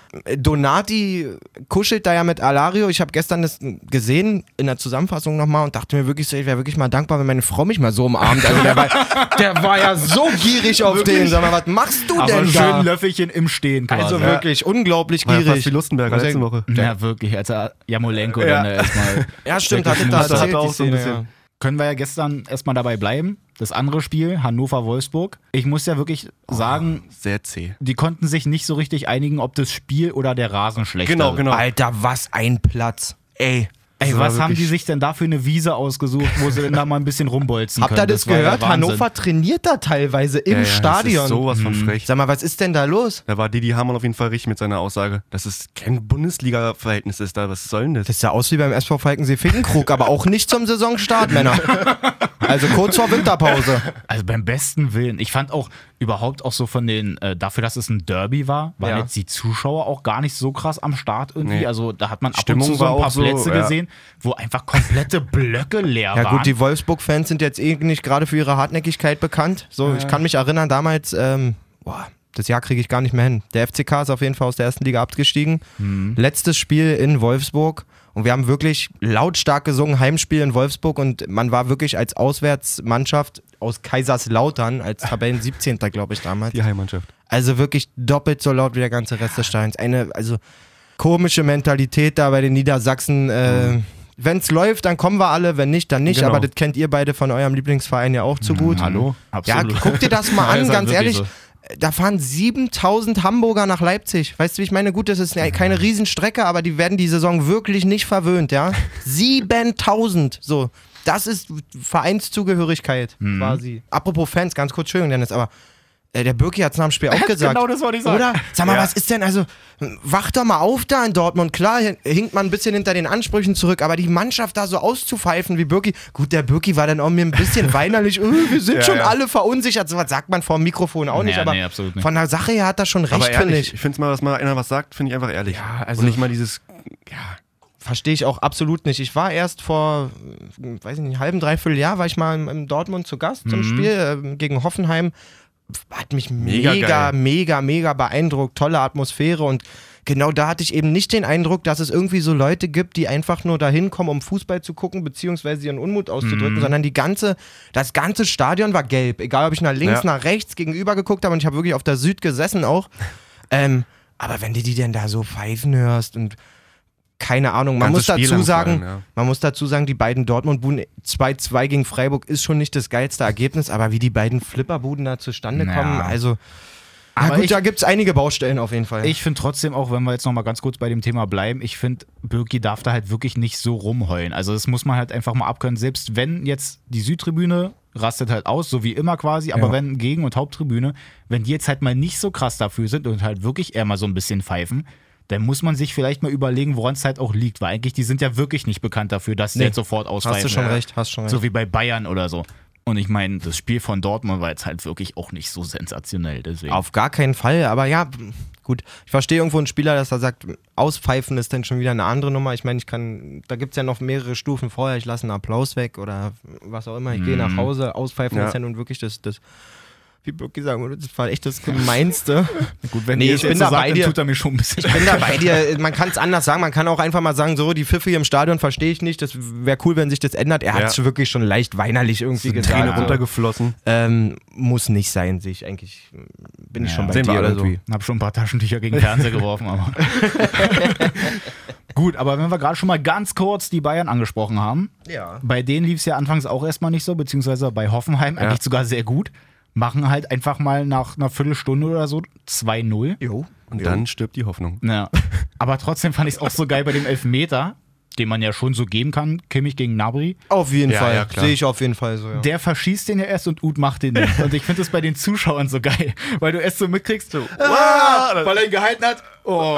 Donati kuschelt da ja mit Alario. Ich habe gestern das gesehen in der Zusammenfassung nochmal und dachte mir wirklich so, ich wäre wirklich mal dankbar, wenn meine Frau mich mal so umarmt. Also der war, der war ja so gierig auf den. Sag mal, was machst du Aber denn schön da? Löffelchen im Stehen quasi. Also ja. wirklich unglaublich War ja fast gierig. wie Lustenberger Muss ich- letzte Woche. Ja, wirklich, als er Jamolenko Ja. dann erstmal. Ja, stimmt, hat Wirklich das Muster. erzählt, Hat er die auch so ein Szene, bisschen. ja. Können wir ja gestern erstmal dabei bleiben. Das andere Spiel, Hannover-Wolfsburg. Ich muss ja wirklich sagen, Sehr zäh. die konnten sich nicht so richtig einigen, ob das Spiel oder der Rasen schlechter Genau, ist. genau. Alter, was ein Platz. Ey. Ey, Das war was haben wirklich- die sich denn da für eine Wiese ausgesucht, wo sie denn da mal ein bisschen rumbolzen Habt können? ihr das war ja gehört? Wahnsinn. Hannover trainiert da teilweise im Ja, ja, Das Stadion. ist sowas von frech. Sag mal, was ist denn da los? Da war Didi Hamann auf jeden Fall richtig mit seiner Aussage, dass es kein Bundesliga-Verhältnis ist da. Was soll denn das? Das sah aus wie beim S V Falkensee-Fickenkrug, aber auch nicht zum Saisonstart, Männer. Also kurz vor Winterpause. Also beim besten Willen. Ich fand auch überhaupt auch so von den, äh, dafür, dass es ein Derby war, waren Ja. jetzt die Zuschauer auch gar nicht so krass am Start irgendwie. Nee. Also da hat man ab Stimmung und zu so war ein paar auch so, Plätze ja. gesehen, wo einfach komplette Blöcke leer Ja waren. gut, die Wolfsburg-Fans sind jetzt eh nicht gerade für ihre Hartnäckigkeit bekannt. So, ich kann mich erinnern, damals, ähm, boah, das Jahr kriege ich gar nicht mehr hin. Der F C K ist auf jeden Fall aus der ersten Liga abgestiegen. Letztes Spiel in Wolfsburg. Und wir haben wirklich lautstark gesungen, Heimspiel in Wolfsburg. Und man war wirklich als Auswärtsmannschaft aus Kaiserslautern, als Tabellen siebzehnter glaube ich damals. Die Heimmannschaft. Also wirklich doppelt so laut wie der ganze Rest des Steins. Eine, also komische Mentalität da bei den Niedersachsen. Äh, wenn es läuft, dann kommen wir alle, wenn nicht, dann nicht. Genau. Aber das kennt ihr beide von eurem Lieblingsverein ja auch zu gut. Hallo? Ja, Absolut. guck dir das mal Ja, an, ist halt ganz wirklich ehrlich. so. Da fahren siebentausend Hamburger nach Leipzig. Weißt du, wie ich meine? Gut, das ist ja keine Riesenstrecke, aber die werden die Saison wirklich nicht verwöhnt, ja? siebentausend, so. Das ist Vereinszugehörigkeit quasi. Apropos Fans, ganz kurz, Entschuldigung, Dennis, aber äh, der Birki hat es nach dem Spiel auch gesagt. Genau das wollte ich sagen. Oder? Sag mal, Ja. was ist denn, also, wach doch mal auf da in Dortmund. Klar, hinkt man ein bisschen hinter den Ansprüchen zurück, aber die Mannschaft da so auszupfeifen wie Birki. Gut, der Birki war dann auch mir ein bisschen weinerlich. Oh, wir sind Ja, schon ja. alle verunsichert. So was sagt man vor dem Mikrofon auch nicht, Ja, aber nee, absolut nicht. von der Sache her hat er schon recht, Aber finde ehrlich, ich. ich finde es mal, dass mal einer was sagt, finde ich einfach ehrlich. Ja, also- Und nicht mal dieses, ja, Verstehe ich auch absolut nicht. Ich war erst vor, äh, weiß ich nicht, einem halben, dreiviertel Jahr, war ich mal in, in Dortmund zu Gast zum Spiel äh, gegen Hoffenheim. Hat mich mega, Mega mega, geil. mega, beeindruckt. Tolle Atmosphäre und genau da hatte ich eben nicht den Eindruck, dass es irgendwie so Leute gibt, die einfach nur dahin kommen, um Fußball zu gucken, beziehungsweise ihren Unmut auszudrücken, sondern die ganze, das ganze Stadion war gelb. Egal, ob ich nach links, Ja. nach rechts gegenüber geguckt habe und ich habe wirklich auf der Süd gesessen auch. Ähm, aber wenn du die denn da so pfeifen hörst und keine Ahnung. Man muss Ganzes Spiel dazu lang sagen, vor allem, ja. man muss dazu sagen, die beiden Dortmund-Buden, zwei zwei gegen Freiburg ist schon nicht das geilste Ergebnis, aber wie die beiden Flipperbuden da zustande Ja. kommen, also ja Aber gut, ich- da gibt es einige Baustellen auf jeden Fall. Ich finde trotzdem auch, wenn wir jetzt nochmal ganz kurz bei dem Thema bleiben, ich finde, Birki darf da halt wirklich nicht so rumheulen. Also das muss man halt einfach mal abkönnen. Selbst wenn jetzt die Südtribüne rastet halt aus, so wie immer quasi, aber Ja. wenn Gegen- und Haupttribüne, wenn die jetzt halt mal nicht so krass dafür sind und halt wirklich eher mal so ein bisschen pfeifen, dann muss man sich vielleicht mal überlegen, woran es halt auch liegt. Weil eigentlich, die sind ja wirklich nicht bekannt dafür, dass sie Nee. jetzt sofort auspfeifen. hast du schon recht, hast schon recht. So wie bei Bayern oder so. Und ich meine, das Spiel von Dortmund war jetzt halt wirklich auch nicht so sensationell. Deswegen. Auf gar keinen Fall, aber ja, gut. Ich verstehe irgendwo einen Spieler, dass er sagt, auspfeifen ist dann schon wieder eine andere Nummer. Ich meine, ich kann, da gibt es ja noch mehrere Stufen vorher. Ich lasse einen Applaus weg oder was auch immer. Ich gehe nach Hause. Auspfeifen Ja. ist ja nun wirklich das, das wie Birki sagen würde, das war echt das Gemeinste. Gut, wenn Nee, ihr ich es bin jetzt so da bei sagt, dann dir. tut er mir schon ein bisschen Ich bin da bei dir. Man kann es anders sagen. Man kann auch einfach mal sagen, so, die Pfiffe hier im Stadion verstehe ich nicht. Das wäre cool, wenn sich das ändert. Er hat es Ja. wirklich schon leicht weinerlich irgendwie gesagt. Träne Ja. runtergeflossen. Ähm, muss nicht sein, sehe ich eigentlich. Bin ich Ja, schon bei sehen wir dir alle irgendwie. Hab schon ein paar Taschentücher gegen den Fernseher geworfen, aber. Gut, aber wenn wir gerade schon mal ganz kurz die Bayern angesprochen haben, Ja. bei denen lief es ja anfangs auch erstmal nicht so, beziehungsweise bei Hoffenheim Ja. eigentlich sogar sehr gut. Machen halt einfach mal nach einer Viertelstunde oder so zwei null. Jo. Und dann stirbt die Hoffnung. Ja. Aber trotzdem fand ich es auch so geil bei dem Elfmeter, den man ja schon so geben kann, Kimmich gegen Gnabry. Auf jeden Ja, Fall. ja, klar. Sehe ich auf jeden Fall so, ja. Der verschießt den ja erst und Uth macht den nicht. Und ich finde das bei den Zuschauern so geil, weil du erst so mitkriegst, so, ah, weil er ihn gehalten hat. Oh,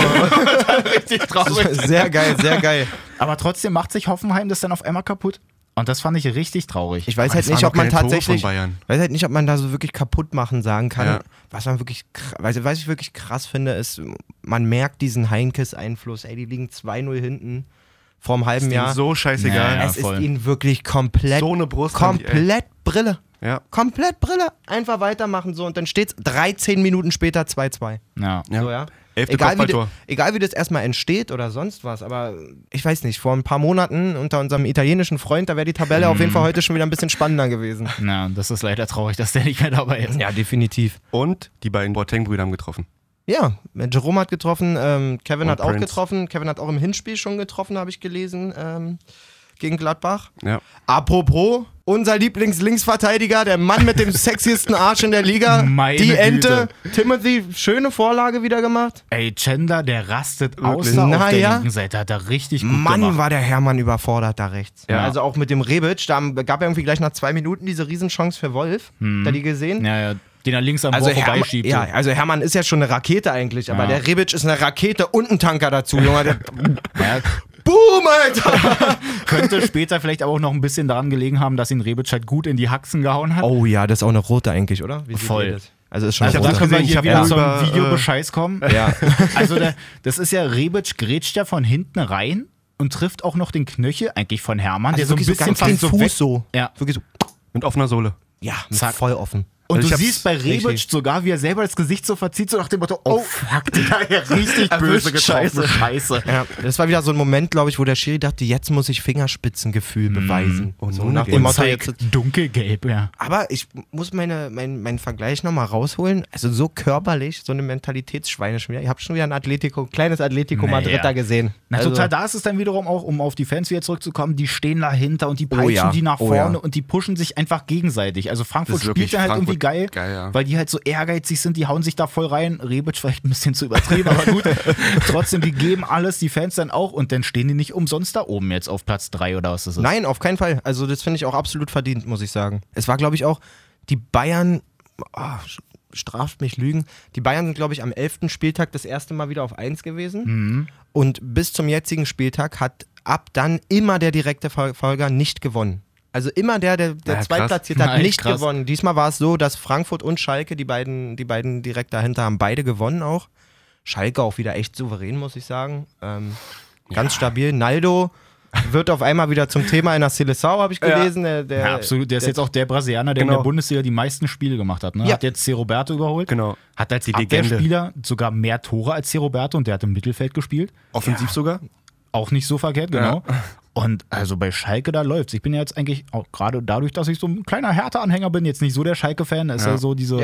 dann richtig traurig. Sehr geil, sehr geil. Aber trotzdem macht sich Hoffenheim das dann auf einmal kaputt. Und das fand ich richtig traurig. Ich weiß Aber halt es nicht, waren ob man doch keine Tore tatsächlich, von Bayern. weiß halt nicht, ob man da so wirklich kaputt machen sagen kann. Ja. Was man wirklich, kr- was, was ich wirklich krass finde, ist, man merkt diesen Heinkes-Einfluss. Ey, die liegen zwei null hinten vor einem halben Ist Jahr. denen so scheißegal. Ja, es voll. ist ihnen wirklich komplett, So eine Brust haben die, ey. komplett Brille. Ja. Komplett Brille. Einfach weitermachen so und dann steht's dreizehn Minuten später zwei zwei. Ja. Ja. So, ja. Elfte Egal wie, Kopfballtor. de- egal wie das erstmal entsteht oder sonst was, aber ich weiß nicht, vor ein paar Monaten unter unserem italienischen Freund, da wäre die Tabelle auf jeden Fall heute schon wieder ein bisschen spannender gewesen. Na, das ist leider traurig, dass der nicht mehr dabei ist. Ja, definitiv. Und die beiden Boateng-Brüder haben getroffen. Ja, Jerome hat getroffen, ähm, Kevin Und hat auch Prince. getroffen, Kevin hat auch im Hinspiel schon getroffen, habe ich gelesen, ähm, gegen Gladbach. Ja. Apropos, unser Lieblings-Linksverteidiger, der Mann mit dem sexiesten Arsch in der Liga, Meine die Ente, Güte. Timothy, schöne Vorlage wieder gemacht. Ey, Chandler, der rastet aus Wirklich? da auf Na der ja. linken Seite, hat er richtig gut Mann, gemacht. war der Hermann überfordert da rechts. Ja. Also auch mit dem Rebic, da gab er irgendwie gleich nach zwei Minuten diese Riesenchance für Wolf. Hm. Hat er die gesehen? Ja, ja, den er links am Also Bauch Hermann, vorbeischiebt. ja, also Hermann ist ja schon eine Rakete eigentlich, aber Ja. der Rebic ist eine Rakete und ein Tanker dazu, Junge. Der, Ja, boom, Alter! könnte später vielleicht aber auch noch ein bisschen daran gelegen haben, dass ihn Rebic halt gut in die Haxen gehauen hat. Oh ja, das ist auch eine rote eigentlich, oder? Wie seht Voll. ihr das? Also ist schon Also eine da rote. können wir gesehen, ich hier hab wieder ja zum über, Videobescheiß kommen. Ja. Also der, das ist ja, Rebic grätscht ja von hinten rein und trifft auch noch den Knöchel eigentlich von Hermann, der so ein wirklich bisschen ganz den fast Fuß weg- so. Ja. Wirklich so. Mit offener Sohle. Ja, Zack. voll offen. Und Also du ich hab's siehst bei Rebic richtig- sogar, wie er selber das Gesicht so verzieht, so nach dem Motto, oh, fuck, Digga, ja, richtig böse Erwischt, getroffen, Scheiße. Scheiße. Ja, das war wieder so ein Moment, glaube ich, wo der Schiri dachte, jetzt muss ich Fingerspitzengefühl beweisen. Und so ohne nach den dem Und Motto zeigt jetzt. dunkelgelb, ja. Aber ich muss meine, mein, meinen Vergleich nochmal rausholen. Also so körperlich, so eine Mentalitätsschweine schon wieder. Ich habe schon wieder ein Atletico, kleines Atletico Naja. Madrid da gesehen. Na, Also- total, da ist es dann wiederum auch, um auf die Fans wieder zurückzukommen, die stehen dahinter und die Oh peitschen ja, die nach oh vorne ja. und die pushen sich einfach gegenseitig. Also Frankfurt Das ist spielt wirklich ja halt irgendwie Frankfurt geil, geil, ja. weil die halt so ehrgeizig sind, die hauen sich da voll rein. Rebic vielleicht ein bisschen zu übertrieben, aber gut. Trotzdem, die geben alles, die Fans dann auch und dann stehen die nicht umsonst da oben jetzt auf Platz drei oder was das ist. Nein, auf keinen Fall. Also das finde ich auch absolut verdient, muss ich sagen. Es war, glaube ich, auch die Bayern, oh, straft mich Lügen, die Bayern sind, glaube ich, am elften Spieltag das erste Mal wieder auf eins gewesen. Mhm. Und bis zum jetzigen Spieltag hat ab dann immer der direkte Verfolger nicht gewonnen. Also immer der, der, der Ja, krass. Zweitplatzierte hat Na, echt nicht krass. gewonnen. Diesmal war es so, dass Frankfurt und Schalke, die beiden, die beiden direkt dahinter, haben beide gewonnen auch. Schalke auch wieder echt souverän, muss ich sagen. Ähm, ganz stabil. Naldo wird auf einmal wieder zum Thema in der Seleção, habe ich gelesen. Der, der, Ja, absolut. Der ist jetzt auch der Brasilianer, der in Genau. der Bundesliga die meisten Spiele gemacht hat. Ne? Ja. Hat jetzt C. Roberto überholt. Genau. Hat als Die Legende. Abwehrspieler sogar mehr Tore als C. Roberto und der hat im Mittelfeld gespielt. Offensiv sogar. Auch nicht so verkehrt, genau. Und also bei Schalke, da läuft's. Ich bin ja jetzt eigentlich auch gerade dadurch, dass ich so ein kleiner Hertha-Anhänger bin, jetzt nicht so der Schalke-Fan, ist ja, Ja. so diese, Ja.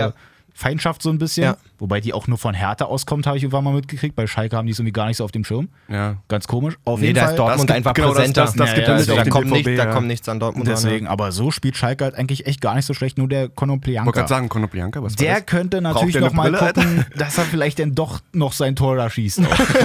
Feindschaft so ein bisschen. Ja. Wobei die auch nur von Hertha auskommt, habe ich irgendwann mal mitgekriegt. Bei Schalke haben die es irgendwie gar nicht so auf dem Schirm. Ja. Ganz komisch. Auf Nee, jeden da Fall. ist Dortmund gibt- einfach genau, das- präsenter. das- das Ja, gibt ja, es also auf da, den kommt B V B, nicht, da ja. kommt nichts an Dortmund Deswegen, ran. aber so spielt Schalke halt eigentlich echt gar nicht so schlecht. Nur der Ich wollte gerade Konoplyanka. sagen, Konoplyanka, was war Der das? könnte natürlich der eine noch mal Brille, Alter? gucken, dass er vielleicht dann doch noch sein Tor da schießt.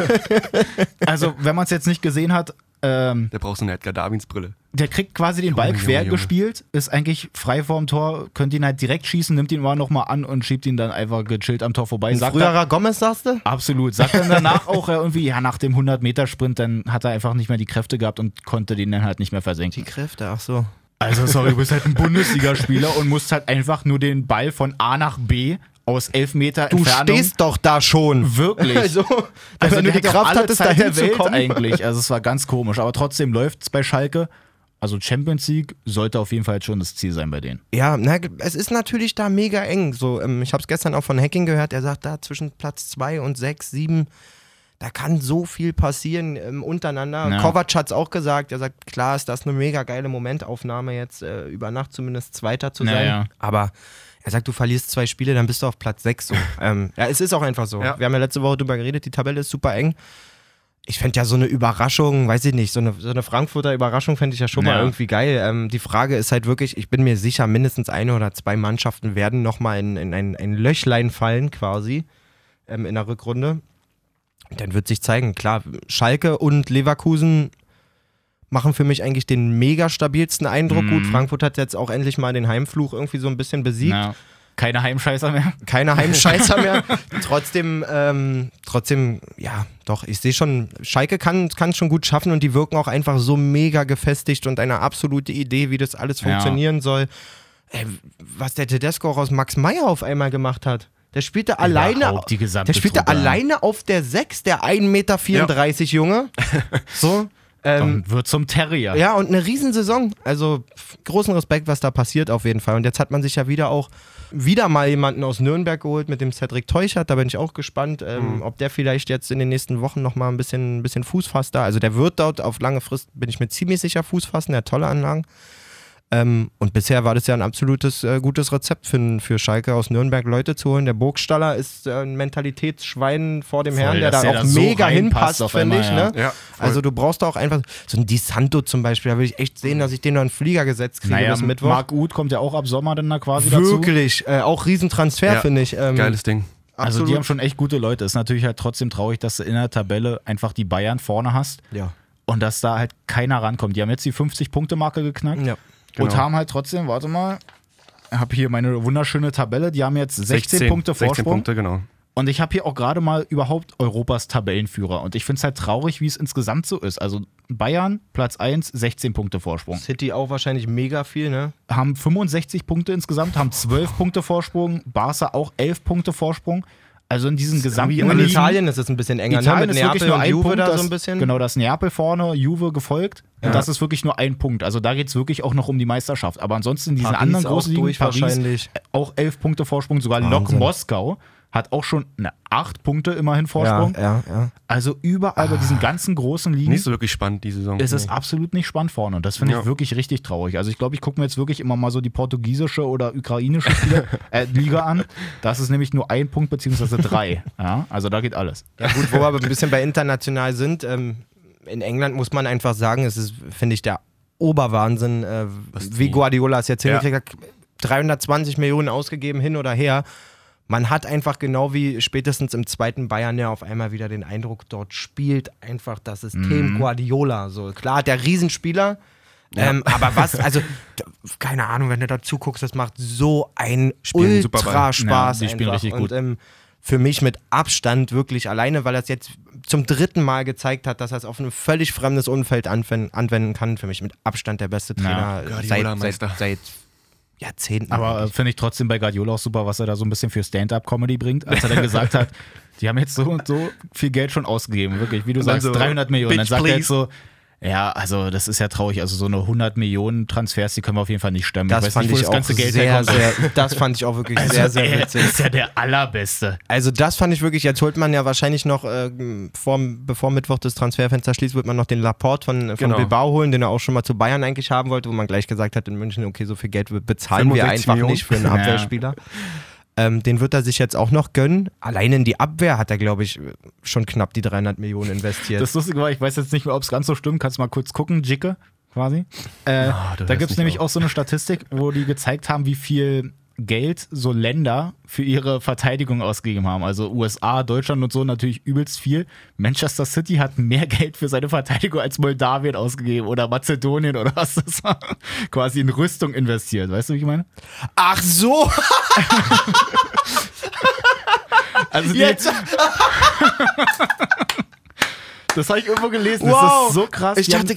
Also, wenn man es jetzt nicht gesehen hat, ähm, Der braucht so eine Edgar Darwins Brille. der kriegt quasi den Ball Junge, quer Junge, Junge. gespielt, ist eigentlich frei vorm Tor, könnte ihn halt direkt schießen, nimmt ihn mal nochmal an und schiebt ihn dann einfach gechillt am Tor vorbei. Ein Sagt dann, früherer Gomez, sagst du? absolut. Sagt dann danach auch äh, irgendwie, ja, nach dem hundert-Meter-Sprint, dann hat er einfach nicht mehr die Kräfte gehabt und konnte den dann halt nicht mehr versenken. Die Kräfte, ach so. Also, sorry, du bist halt ein Bundesligaspieler und musst halt einfach nur den Ball von A nach B aus elf Meter Du Entfernung. stehst doch da schon. Wirklich. Also, Also wenn du der die hat auch Kraft alle hattest, Zeit dahin der zu Welt kommen. eigentlich. Also es war ganz komisch. Aber trotzdem läuft es bei Schalke. Also Champions League sollte auf jeden Fall schon das Ziel sein bei denen. Ja, na, es ist natürlich da mega eng. So, ähm, ich habe es gestern auch von Hacking gehört, er sagt, da zwischen Platz zwei und sechs, sieben, da kann so viel passieren ähm, untereinander. Ja. Kovac hat es auch gesagt, er sagt, klar ist das eine mega geile Momentaufnahme jetzt, äh, über Nacht zumindest Zweiter zu sein. Ja, ja. Aber er sagt, du verlierst zwei Spiele, dann bist du auf Platz sechs. So. ähm, ja, es ist auch einfach so. Ja. Wir haben ja letzte Woche drüber geredet, die Tabelle ist super eng. Ich fände ja so eine Überraschung, weiß ich nicht, so eine, so eine Frankfurter Überraschung fände ich ja schon Ja. mal irgendwie geil. Ähm, die Frage ist halt wirklich, ich bin mir sicher, mindestens eine oder zwei Mannschaften werden nochmal in, in ein, ein Löchlein fallen quasi ähm, in der Rückrunde. Und dann wird sich zeigen, klar, Schalke und Leverkusen machen für mich eigentlich den mega stabilsten Eindruck. Mhm. Gut, Frankfurt hat jetzt auch endlich mal den Heimfluch irgendwie so ein bisschen besiegt. Ja. Keine Heimscheißer mehr. Keine Heimscheißer mehr. Trotzdem, ähm, trotzdem, ja, doch, ich sehe schon, Schalke kann es schon gut schaffen und die wirken auch einfach so mega gefestigt und eine absolute Idee, wie das alles Ja. funktionieren soll. Ey, was der Tedesco auch aus Max Meyer auf einmal gemacht hat. Der spielte alleine, Überhaupt die gesamte der spielte Truppe. alleine auf der sechs, der ein Meter vierunddreißig Junge. So. Ähm, Und wird zum Terrier. ja, und eine Riesensaison. Also f- großen Respekt, was da passiert auf jeden Fall. Und jetzt hat man sich ja wieder auch wieder mal jemanden aus Nürnberg geholt mit dem Cedric Teuchert. Da bin ich auch gespannt, ähm, ob der vielleicht jetzt in den nächsten Wochen nochmal ein bisschen, ein bisschen Fuß fasst da. Also der wird dort auf lange Frist, bin ich mir ziemlich sicher, Fuß fassen. Der hat tolle Anlagen. Ähm, und bisher war das ja ein absolutes äh, gutes Rezept für, für Schalke aus Nürnberg Leute zu holen. Der Burgstaller ist äh, ein Mentalitätsschwein vor dem Voll, Herrn, der dass da der auch da so mega reinpasst hinpasst, auf finde einmal, ich. ja. Ne? Ja, voll. Also du brauchst da auch einfach so ein Di Santo zum Beispiel, da will ich echt sehen, dass ich den noch einen Flieger gesetzt kriege Naja, bis Mittwoch. Marc Uth kommt ja auch ab Sommer dann da quasi dazu. Wirklich, äh, auch Riesentransfer, Ja, finde ich. Ähm, Geiles Ding. Also absolut. die haben schon echt gute Leute. Ist natürlich halt trotzdem traurig, dass du in der Tabelle einfach die Bayern vorne hast Ja. und dass da halt keiner rankommt. Die haben jetzt die fünfzig-Punkte-Marke geknackt. Ja. Und Genau. haben halt trotzdem, warte mal, ich habe hier meine wunderschöne Tabelle, die haben jetzt sechzehn, Punkte sechzehn Vorsprung. Punkte, genau. Und ich habe hier auch gerade mal überhaupt Europas Tabellenführer. Und ich finde es halt traurig, wie es insgesamt so ist. Also Bayern, Platz eins, sechzehn Punkte Vorsprung. City auch wahrscheinlich mega viel, ne? Haben fünfundsechzig Punkte insgesamt, haben zwölf Punkte Vorsprung. Barca auch elf Punkte Vorsprung. Also in diesen gesamten Und in Ligen- Italien ist es ein bisschen enger, Italien ne? Mit ist wirklich Neapel nur und ein Juve Punkt, da das, so ein bisschen. Genau, das Neapel vorne, Juve gefolgt. Ja. Und das ist wirklich nur ein Punkt. Also da geht es wirklich auch noch um die Meisterschaft. Aber ansonsten in diesen Paris anderen auch großen Ligen, durch Paris, wahrscheinlich. auch elf Punkte Vorsprung. Sogar Lok Wahnsinn. Moskau hat auch schon eine acht Punkte immerhin Ja, Vorsprung. ja, ja. Also überall bei diesen ganzen großen Ligen Nicht so wirklich spannend, die Saison. ist es absolut nicht spannend vorne. Und das finde ich Ja. wirklich richtig traurig. Also ich glaube, ich gucke mir jetzt wirklich immer mal so die portugiesische oder ukrainische Liga, äh, Liga an. Das ist nämlich nur ein Punkt beziehungsweise drei. Ja, also da geht alles. Ja gut, wo wir aber ein bisschen bei international sind, ähm, in England muss man einfach sagen, es ist, finde ich, der Oberwahnsinn, äh, wie die- Guardiola es jetzt Ja. hingekriegt hat. dreihundertzwanzig Millionen ausgegeben, hin oder her. Man hat einfach genau wie spätestens im zweiten Bayern ja auf einmal wieder den Eindruck, dort spielt einfach das System Mhm. Guardiola. So, klar, der Riesenspieler, ähm, aber was, also, d- keine Ahnung, wenn du da zuguckst, das macht so einen Spielen super Ball. ultra Spaß. Ja, die spielen einfach. richtig Und, gut. ähm, für mich mit Abstand wirklich alleine, weil er es jetzt zum dritten Mal gezeigt hat, dass er es auf ein völlig fremdes Umfeld anwenden, anwenden kann. Für mich mit Abstand der beste Trainer Guardiola seit, seit, Meister. seit Jahrzehnten. Aber äh, finde ich trotzdem bei Guardiola auch super, was er da so ein bisschen für Stand-Up-Comedy bringt, als er dann gesagt hat, die haben jetzt so und so viel Geld schon ausgegeben, wirklich, wie du Und dann sagst, so, dreihundert Millionen. Dann "Bitch, sagt er jetzt please." so, ja, also das ist ja traurig, also so eine hundert Millionen Transfers, die können wir auf jeden Fall nicht stemmen. das ich weiß fand nicht, wo ich das auch ganze Geld sehr, herkommt. sehr, das fand ich auch wirklich sehr, sehr er witzig. ist ja der Allerbeste. Also das fand ich wirklich, jetzt holt man ja wahrscheinlich noch, äh, vor, bevor Mittwoch das Transferfenster schließt, wird man noch den Laporte von, von Genau. Bilbao holen, den er auch schon mal zu Bayern eigentlich haben wollte, wo man gleich gesagt hat in München, okay, so viel Geld bezahlen wir fünfundsechzig einfach Millionen. nicht für einen Ja. Abwehrspieler. Ähm, den wird er sich jetzt auch noch gönnen. Allein in die Abwehr hat er, glaube ich, schon knapp die dreihundert Millionen investiert. Das Lustige war, ich weiß jetzt nicht mehr, ob es ganz so stimmt. Kannst du mal kurz gucken, Jicke quasi. Äh, Ah, du da hörst gibt es nicht nämlich auf. auch so eine Statistik, wo die gezeigt haben, wie viel Geld so Länder für ihre Verteidigung ausgegeben haben. Also U S A, Deutschland und so natürlich übelst viel. Manchester City hat mehr Geld für seine Verteidigung als Moldawien ausgegeben oder Mazedonien oder was das war. Quasi in Rüstung investiert. Weißt du, wie ich meine? Ach so! Also die, Jetzt! das habe ich irgendwo gelesen. Wow! Das ist so krass. Ich Die haben- dachte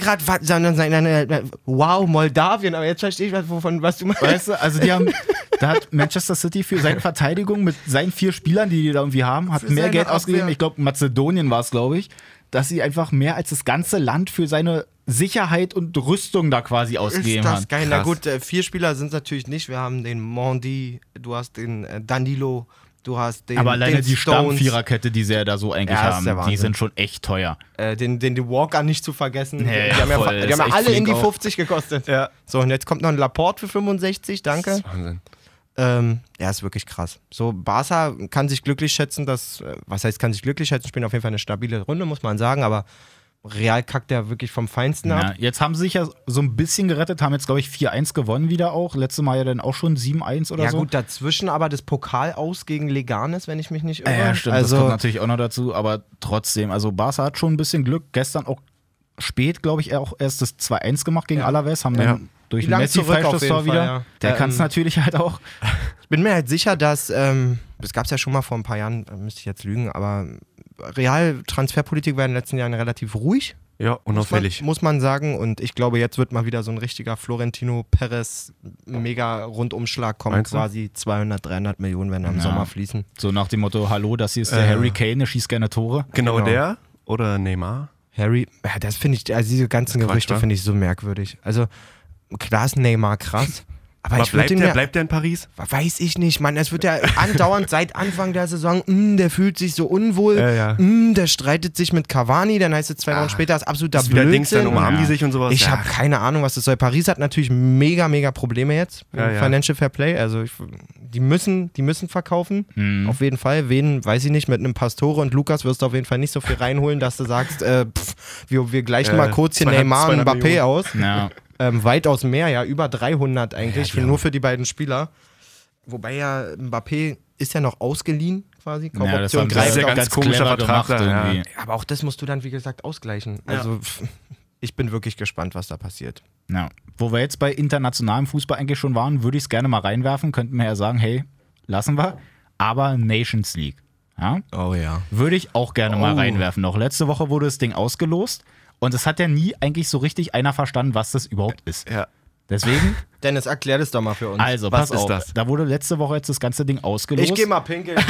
gerade, wow, Moldawien, aber jetzt verstehe ich, was, wovon, was du meinst. Weißt du, also die haben, da hat Manchester City für seine Verteidigung mit seinen vier Spielern, die die da irgendwie haben, hat Für mehr seine Geld ausgegeben. Abwehr. Ich glaube, Mazedonien war es, glaube ich, dass sie einfach mehr als das ganze Land für seine Sicherheit und Rüstung da quasi Ist ausgegeben das hat. geil. Na Krass. gut, äh, vier Spieler sind es natürlich nicht. Wir haben den Mondi, du hast den äh, Danilo, du hast den Aber alleine den die Stones, Stammviererkette, die sie ja da so eigentlich Ja, ist haben, der die Wahnsinn. sind schon echt teuer. äh, den, den, den Walker nicht zu vergessen. Ja, die haben ja, voll. fa- Das die haben ist ja echt alle in flink die auch. fünfzig gekostet. Ja. So, und jetzt kommt noch ein Laporte für fünfundsechzig, danke. Wahnsinn. Ähm, ja, ist wirklich krass. So, Barca kann sich glücklich schätzen, dass, äh, was heißt, kann sich glücklich schätzen, spielen auf jeden Fall eine stabile Runde, muss man sagen, aber Real kackt ja wirklich vom Feinsten Ja, ab. jetzt haben sie sich ja so ein bisschen gerettet, haben jetzt, glaube ich, vier eins gewonnen wieder auch. Letztes Mal ja dann auch schon sieben eins oder Ja, so. gut, dazwischen aber das Pokal aus gegen Leganes, wenn ich mich nicht irre. Ja, ja, stimmt, also, das kommt natürlich auch noch dazu, aber trotzdem, also Barca hat schon ein bisschen Glück. Gestern auch spät, glaube ich, auch erst das zwei eins gemacht gegen Ja. Alaves, haben dann Ja. durch Die lang Messi zurück auf falsches jeden Tor Fall, wieder. ja. Der Ähm, kann es natürlich halt auch. Ich bin mir halt sicher, dass, ähm, das gab es ja schon mal vor ein paar Jahren, da müsste ich jetzt lügen, aber Real-Transferpolitik war in den letzten Jahren relativ ruhig. Ja, Muss man, unauffällig. muss man sagen. Und ich glaube, jetzt wird mal wieder so ein richtiger Florentino Perez mega Rundumschlag kommen. Meinst du? Quasi zweihundert, dreihundert Millionen, wenn er im Ja. Sommer fließen. So nach dem Motto, hallo, das hier ist der Äh. Harry Kane, der schießt gerne Tore. Genau, Genau. der oder Neymar? Harry, ja, das finde ich, also diese ganzen Das ist Quatsch, Gerüchte wa? finde ich so merkwürdig. Also, klar ist Neymar krass. Aber, Aber ich würde bleibt ihn der, mir, bleibt der in Paris? weiß ich nicht, Mann. Es wird ja andauernd seit Anfang der Saison, "Mm, der fühlt sich so unwohl, Ja, ja. "Mm, der streitet sich mit Cavani, dann heißt es zwei Wochen Ah, später, ist absoluter Das ist wieder Dings, dann Blödsinn. umarmen Ja. die sich und sowas. Ich ja. habe keine Ahnung, was das soll. Paris hat natürlich mega, mega Probleme jetzt. Ja, mit ja. Financial Fair Play. Also ich, die müssen, die müssen verkaufen. Mhm. Auf jeden Fall. Wen, weiß ich nicht, mit einem Pastore und Lukas wirst du auf jeden Fall nicht so viel reinholen, dass du sagst, äh, pff, wir, wir gleichen Äh, mal kurz hier zweihundert- Neymar und zweihundert Mbappé Millionen. aus. Ja. Ähm, weitaus mehr, ja, über dreihundert eigentlich, Ja, für, die nur haben- für die beiden Spieler. Wobei ja Mbappé ist ja noch ausgeliehen quasi. Ja, das Kaufoption haben sie Das greift ist ja auch. ganz ganz komischer clever Vertrag gemacht da, ja. irgendwie. Aber auch das musst du dann, wie gesagt, ausgleichen. Ja. Also pff, ich bin wirklich gespannt, was da passiert. Ja. Wo wir jetzt bei internationalem Fußball eigentlich schon waren, würde ich es gerne mal reinwerfen. Könnten wir ja sagen, hey, lassen wir. Aber Nations League. Ja? Oh ja. Würde ich auch gerne mal Oh. reinwerfen. Noch letzte Woche wurde das Ding ausgelost und es hat ja nie eigentlich so richtig einer verstanden, was das überhaupt ist. Ja. Deswegen, Dennis, erklär das doch mal für uns. also Was pass ist auf, das? da wurde letzte Woche jetzt das ganze Ding ausgelost. ich geh mal pinkeln.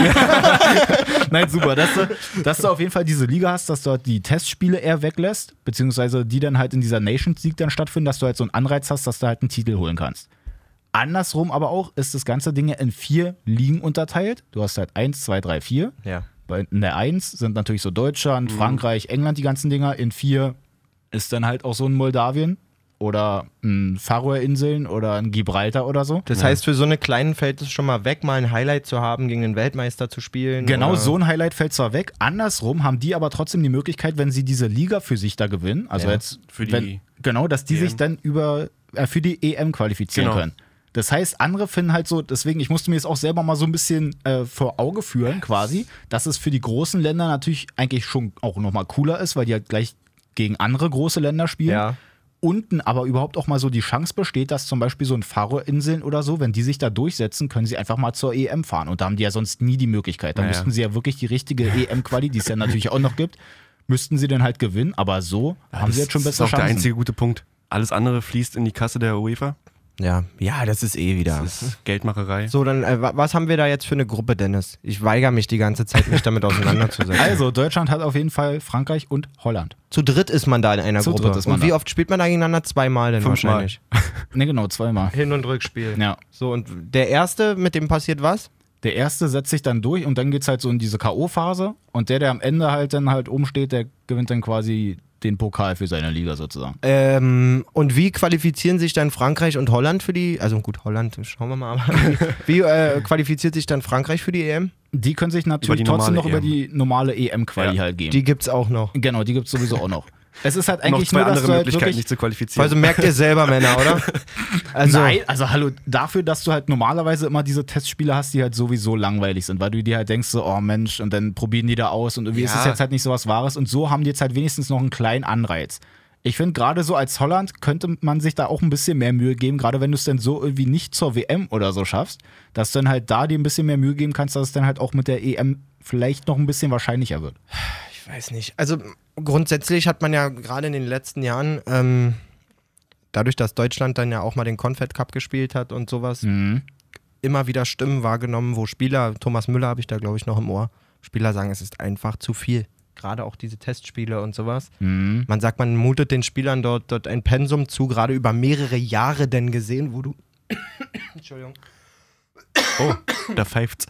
Nein, super, dass du, dass du auf jeden Fall diese Liga hast, dass du halt die Testspiele eher weglässt, beziehungsweise die dann halt in dieser Nations League dann stattfinden, dass du halt so einen Anreiz hast, dass du halt einen Titel holen kannst. Andersrum aber auch ist das ganze Ding ja in vier Ligen unterteilt. Du hast halt eins, zwei, drei, vier. Ja. Bei- In der eins sind natürlich so Deutschland, Frankreich, England die ganzen Dinger. In vier ist dann halt auch so ein Moldawien oder ein Faroe-Inseln oder ein Gibraltar oder so. Das heißt, für so eine kleinen fällt es schon mal weg, mal ein Highlight zu haben, gegen den Weltmeister zu spielen. Genau, oder? so ein Highlight fällt zwar weg. Andersrum haben die aber trotzdem die Möglichkeit, wenn sie diese Liga für sich da gewinnen, also Ja, jetzt für die wenn, genau, dass die E M. sich dann über äh, für die E M qualifizieren Genau. können. Das heißt, andere finden halt so, deswegen, ich musste mir jetzt auch selber mal so ein bisschen äh, vor Auge führen, quasi, dass es für die großen Länder natürlich eigentlich schon auch nochmal cooler ist, weil die halt gleich gegen andere große Länder spielen. Ja. Unten aber überhaupt auch mal so die Chance besteht, dass zum Beispiel so ein Faroe-Inseln oder so, wenn die sich da durchsetzen, können sie einfach mal zur E M fahren. Und da haben die ja sonst nie die Möglichkeit. Da Naja. müssten sie ja wirklich die richtige E M-Quali, die es ja natürlich auch noch gibt, müssten sie dann halt gewinnen. Aber so haben sie jetzt schon Das bessere ist auch der Chancen. einzige gute Punkt. Alles andere fließt in die Kasse der UEFA. Ja. Ja, das ist eh wieder. Das ist Geldmacherei. So, dann, äh, wa- was haben wir da jetzt für eine Gruppe, Dennis? Ich weigere mich die ganze Zeit, mich damit auseinanderzusetzen. Also, Deutschland hat auf jeden Fall Frankreich und Holland. Zu dritt ist man da in einer Zu Gruppe. dritt ist man und wie da. oft spielt man da gegeneinander? Zweimal denn Fünfmal. wahrscheinlich. Ne, genau, zweimal. Hin- und Rückspiel. Ja. So, und der Erste, mit dem passiert was? Der erste setzt sich dann durch und dann geht es halt so in diese K O-Phase. Und der, der am Ende halt dann halt oben steht, der gewinnt dann quasi den Pokal für seine Liga sozusagen. Ähm, und wie qualifizieren sich dann Frankreich und Holland für die, also gut, Holland, schauen wir mal, aber wie äh, qualifiziert sich dann Frankreich für die E M? Die können sich natürlich die trotzdem noch normale über E M. die normale E M-Quali Ja. halt geben. Die gibt's auch noch. genau, die gibt es sowieso auch noch. Es ist halt Noch eigentlich zwei nur, dass andere du halt Möglichkeiten, wirklich... nicht zu qualifizieren. Also merkt ihr selber, Männer, oder? Also, Nein, also hallo, dafür, dass du halt normalerweise immer diese Testspiele hast, die halt sowieso langweilig sind, weil du dir halt denkst so, oh Mensch, und dann probieren die da aus und irgendwie ist Ja. es jetzt halt nicht so was Wahres und so haben die jetzt halt wenigstens noch einen kleinen Anreiz. Ich finde, gerade so als Holland könnte man sich da auch ein bisschen mehr Mühe geben, gerade wenn du es dann so irgendwie nicht zur W M oder so schaffst, dass du dann halt da dir ein bisschen mehr Mühe geben kannst, dass es dann halt auch mit der E M vielleicht noch ein bisschen wahrscheinlicher wird. ich weiß nicht. Also grundsätzlich hat man ja gerade in den letzten Jahren, ähm, dadurch, dass Deutschland dann ja auch mal den Confed Cup gespielt hat und sowas, Mhm. immer wieder Stimmen wahrgenommen, wo Spieler, Thomas Müller habe ich da glaube ich noch im Ohr, Spieler sagen, es ist einfach zu viel. Gerade auch diese Testspiele und sowas. Mhm. Man sagt, man mutet den Spielern dort, dort ein Pensum zu, gerade über mehrere Jahre denn gesehen, wo du. Entschuldigung. oh, da pfeift's.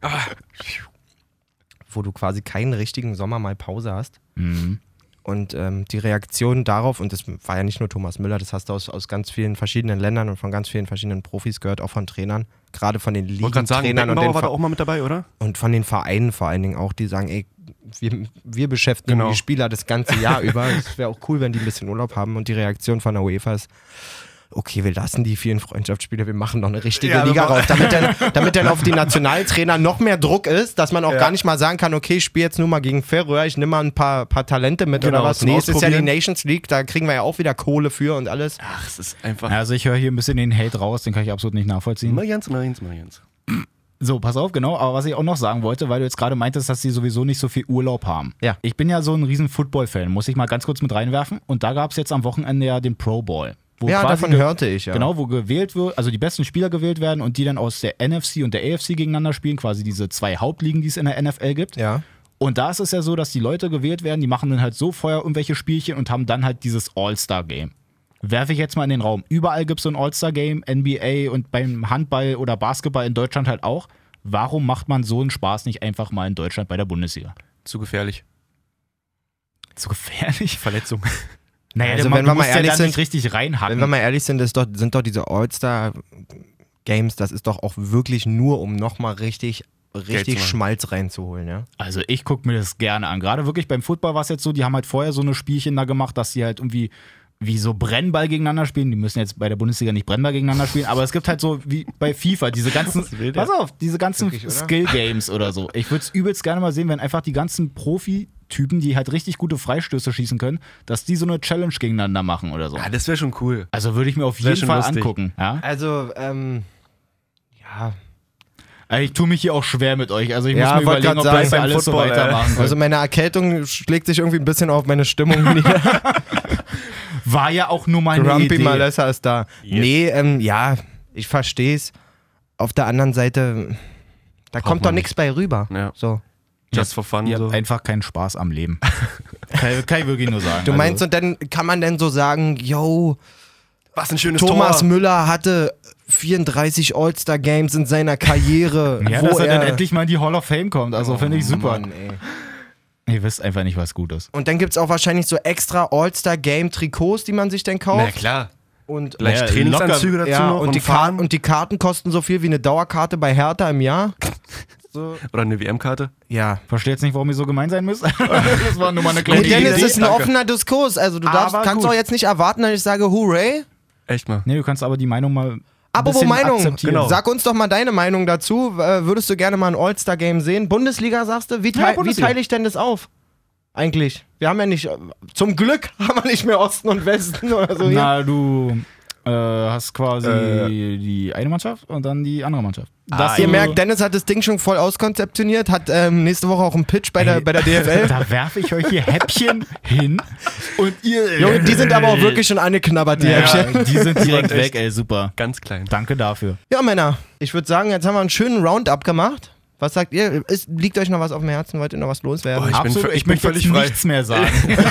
Wo du quasi keinen richtigen Sommer mal Pause hast. Mhm. Und ähm, die Reaktion darauf, und das war ja nicht nur Thomas Müller, das hast du aus, aus ganz vielen verschiedenen Ländern und von ganz vielen verschiedenen Profis gehört, auch von Trainern, gerade von den Ich wollte gerade sagen, Ligentrainern und, Beckenbauer den war da Ver- auch mal mit dabei, oder? und von den Vereinen vor allen Dingen auch, die sagen, ey, wir, wir beschäftigen Genau. die Spieler das ganze Jahr über. Es wäre auch cool, wenn die ein bisschen Urlaub haben. Und die Reaktion von der UEFA ist, okay, wir lassen die vielen Freundschaftsspiele, wir machen noch eine richtige Ja, Liga wir raus, damit dann, damit dann auf die Nationaltrainer noch mehr Druck ist, dass man auch Ja. gar nicht mal sagen kann, okay, ich spiele jetzt nur mal gegen Färöer, ich nehme mal ein paar, paar Talente mit Genau, oder was. zum Nee, es ist ja die Ausprobieren. Nations League, da kriegen wir ja auch wieder Kohle für und alles. Ach, es ist einfach. Also ich höre hier ein bisschen den Hate raus, den kann ich absolut nicht nachvollziehen. Marians, Marians, Marians. So, pass auf, genau. Aber was ich auch noch sagen wollte, weil du jetzt gerade meintest, dass sie sowieso nicht so viel Urlaub haben. Ja. Ich bin ja so ein riesen Football-Fan, muss ich mal ganz kurz mit reinwerfen. Und da gab es jetzt am Wochenende ja den Pro Bowl. Wo Ja, quasi davon ge- hörte ich, ja. Genau, wo gewählt wird, also die besten Spieler gewählt werden und die dann aus der N F C und der A F C gegeneinander spielen, quasi diese zwei Hauptligen, die es in der N F L gibt. Ja. Und da ist es ja so, dass die Leute gewählt werden, die machen dann halt so vorher irgendwelche Spielchen und haben dann halt dieses All-Star-Game. Werfe ich jetzt mal in den Raum. Überall gibt es so ein All-Star-Game, N B A und beim Handball oder Basketball in Deutschland halt auch. Warum macht man so einen Spaß nicht einfach mal in Deutschland bei der Bundesliga? Zu gefährlich. Zu gefährlich? Verletzung. Naja, Also du, wenn du wir mal musst ja ehrlich da sind- nicht richtig reinhacken. Wenn wir mal ehrlich sind, das ist doch, sind doch diese All-Star-Games, das ist doch auch wirklich nur, um nochmal richtig, zu richtig machen. Schmalz reinzuholen, ja? Also ich gucke mir das gerne an. Gerade wirklich beim Football war es jetzt so, die haben halt vorher so eine Spielchen da gemacht, dass die halt irgendwie wie so Brennball gegeneinander spielen. Die müssen jetzt bei der Bundesliga nicht Brennball gegeneinander spielen, aber es gibt halt so wie bei FIFA diese ganzen, Was will der? pass auf, diese ganzen Wirklich, oder? Skill-Games oder so. Ich würde es übelst gerne mal sehen, wenn einfach die ganzen Profi-Typen, die halt richtig gute Freistöße schießen können, dass die so eine Challenge gegeneinander machen oder so. Ja, das wäre schon cool. Also würde ich mir auf Wär jeden schon Fall lustig. angucken. Ja? Also, ähm, ja. Also ich tue mich hier auch schwer mit euch. Also ich Ja, muss mir wollt überlegen, ob grad wir sagen, das beim alles so Football, weitermachen. Also meine Erkältung schlägt sich irgendwie ein bisschen auf meine Stimmung nieder. War ja auch nur mal eine Grumpy Idee. Malessa ist da. Yes. Nee, ähm, ja, ich versteh's. Auf der anderen Seite, da kommt doch man nichts bei rüber. Ja. So. Just for fun. Ihr So. habt einfach keinen Spaß am Leben. kann, kann ich wirklich nur sagen. Du Also, meinst, und dann kann man denn so sagen, yo, Was ein schönes Thomas Tor. Müller hatte vierunddreißig All-Star-Games in seiner Karriere, ja, wo dass er, er dann endlich mal in die Hall of Fame kommt. Also finde ich super. Mann, ey. Ihr wisst einfach nicht, was gut ist. Und dann gibt's auch wahrscheinlich so extra All-Star-Game-Trikots, die man sich dann Na kauft. klar. Und, Vielleicht Ja, Trainingsanzüge dazu ja, noch. und, vom die Fahren. Karten, und die Karten kosten so viel wie eine Dauerkarte bei Hertha im Jahr. So. Oder eine W M-Karte. Ja. Verstehe jetzt nicht, warum ihr so gemein sein müsst. das war nur mal eine kleine Und Dennis, Idee. es ist ein danke. offener Diskurs. Also du darfst, Aber kannst gut. auch jetzt nicht erwarten, dass ich sage, hooray. Echt mal. Nee, du kannst aber die Meinung mal ein Apropos bisschen Meinung, akzeptieren. Genau. Sag uns doch mal deine Meinung dazu. Äh, würdest du gerne mal ein All-Star-Game sehen? Bundesliga, sagst du? Wie, Ja, teil, wie Bundesliga. teile ich denn das auf? Eigentlich. Wir haben ja nicht, äh, zum Glück haben wir nicht mehr Osten und Westen oder so hier. Na, du äh, hast quasi Äh. die eine Mannschaft und dann die andere Mannschaft. Ah, Dass Ihr du- merkt, Dennis hat das Ding schon voll auskonzeptioniert, hat ähm, nächste Woche auch einen Pitch bei der, bei der D F L. Da werfe ich euch hier Häppchen hin und ihr... Junge, die sind aber auch wirklich schon angeknabbert, die ja, Häppchen. die sind direkt echt. weg, ey, super. Ganz klein. Danke dafür. Ja, Männer, ich würde sagen, jetzt haben wir einen schönen Roundup gemacht. Was sagt ihr? Ist, liegt euch noch was auf dem Herzen? Wollt ihr noch was loswerden? Oh, ich bin Absolut, vö- ich ich bin möchte völlig jetzt frei. nichts mehr sagen.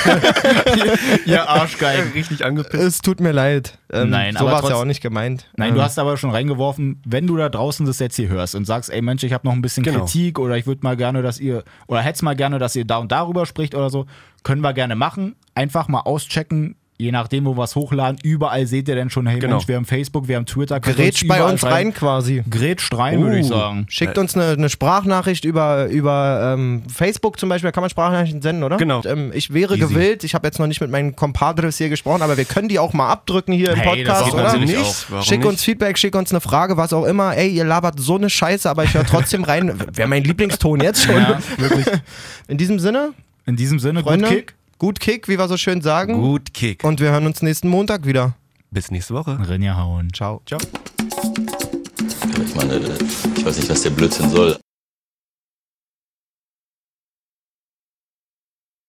ihr Arschgeigen. Richtig angepisst. Es tut mir leid. Ähm, Nein, so aber war es ja trotz- auch nicht gemeint. Nein, ähm, du hast aber schon reingeworfen, wenn du da draußen das jetzt hier hörst und sagst, ey Mensch, ich habe noch ein bisschen Genau. Kritik oder ich würde mal gerne, dass ihr, oder hätt's mal gerne, dass ihr da und darüber spricht oder so, können wir gerne machen. einfach mal auschecken. Je nachdem, wo wir es hochladen, überall seht ihr dann schon, hey Genau. Mensch, wir haben Facebook, wir haben Twitter. könnt Grätsch bei überall uns rein quasi. Grätsch rein, würde ich sagen. Schickt uns eine, eine Sprachnachricht über, über ähm, Facebook zum Beispiel, da kann man Sprachnachrichten senden, oder? Genau. Und, ähm, ich wäre Easy. gewillt, ich habe jetzt noch nicht mit meinen Compadres hier gesprochen, aber wir können die auch mal abdrücken hier im Hey, das Podcast, geht oder? natürlich Nicht? auch. Warum Schick nicht? uns Feedback, schick uns eine Frage, was auch immer. Ey, ihr labert so eine Scheiße, aber ich höre trotzdem rein. Wäre mein Lieblingston jetzt schon. Ja, wirklich. In diesem Sinne, In diesem Sinne, Freunde, gut Kick. gut Kick, wie wir so schön sagen. Gut Kick. Und wir hören uns nächsten Montag wieder. Bis nächste Woche. Rinja hauen. Ciao. Ciao. Ich meine, ich weiß nicht, was der Blödsinn soll.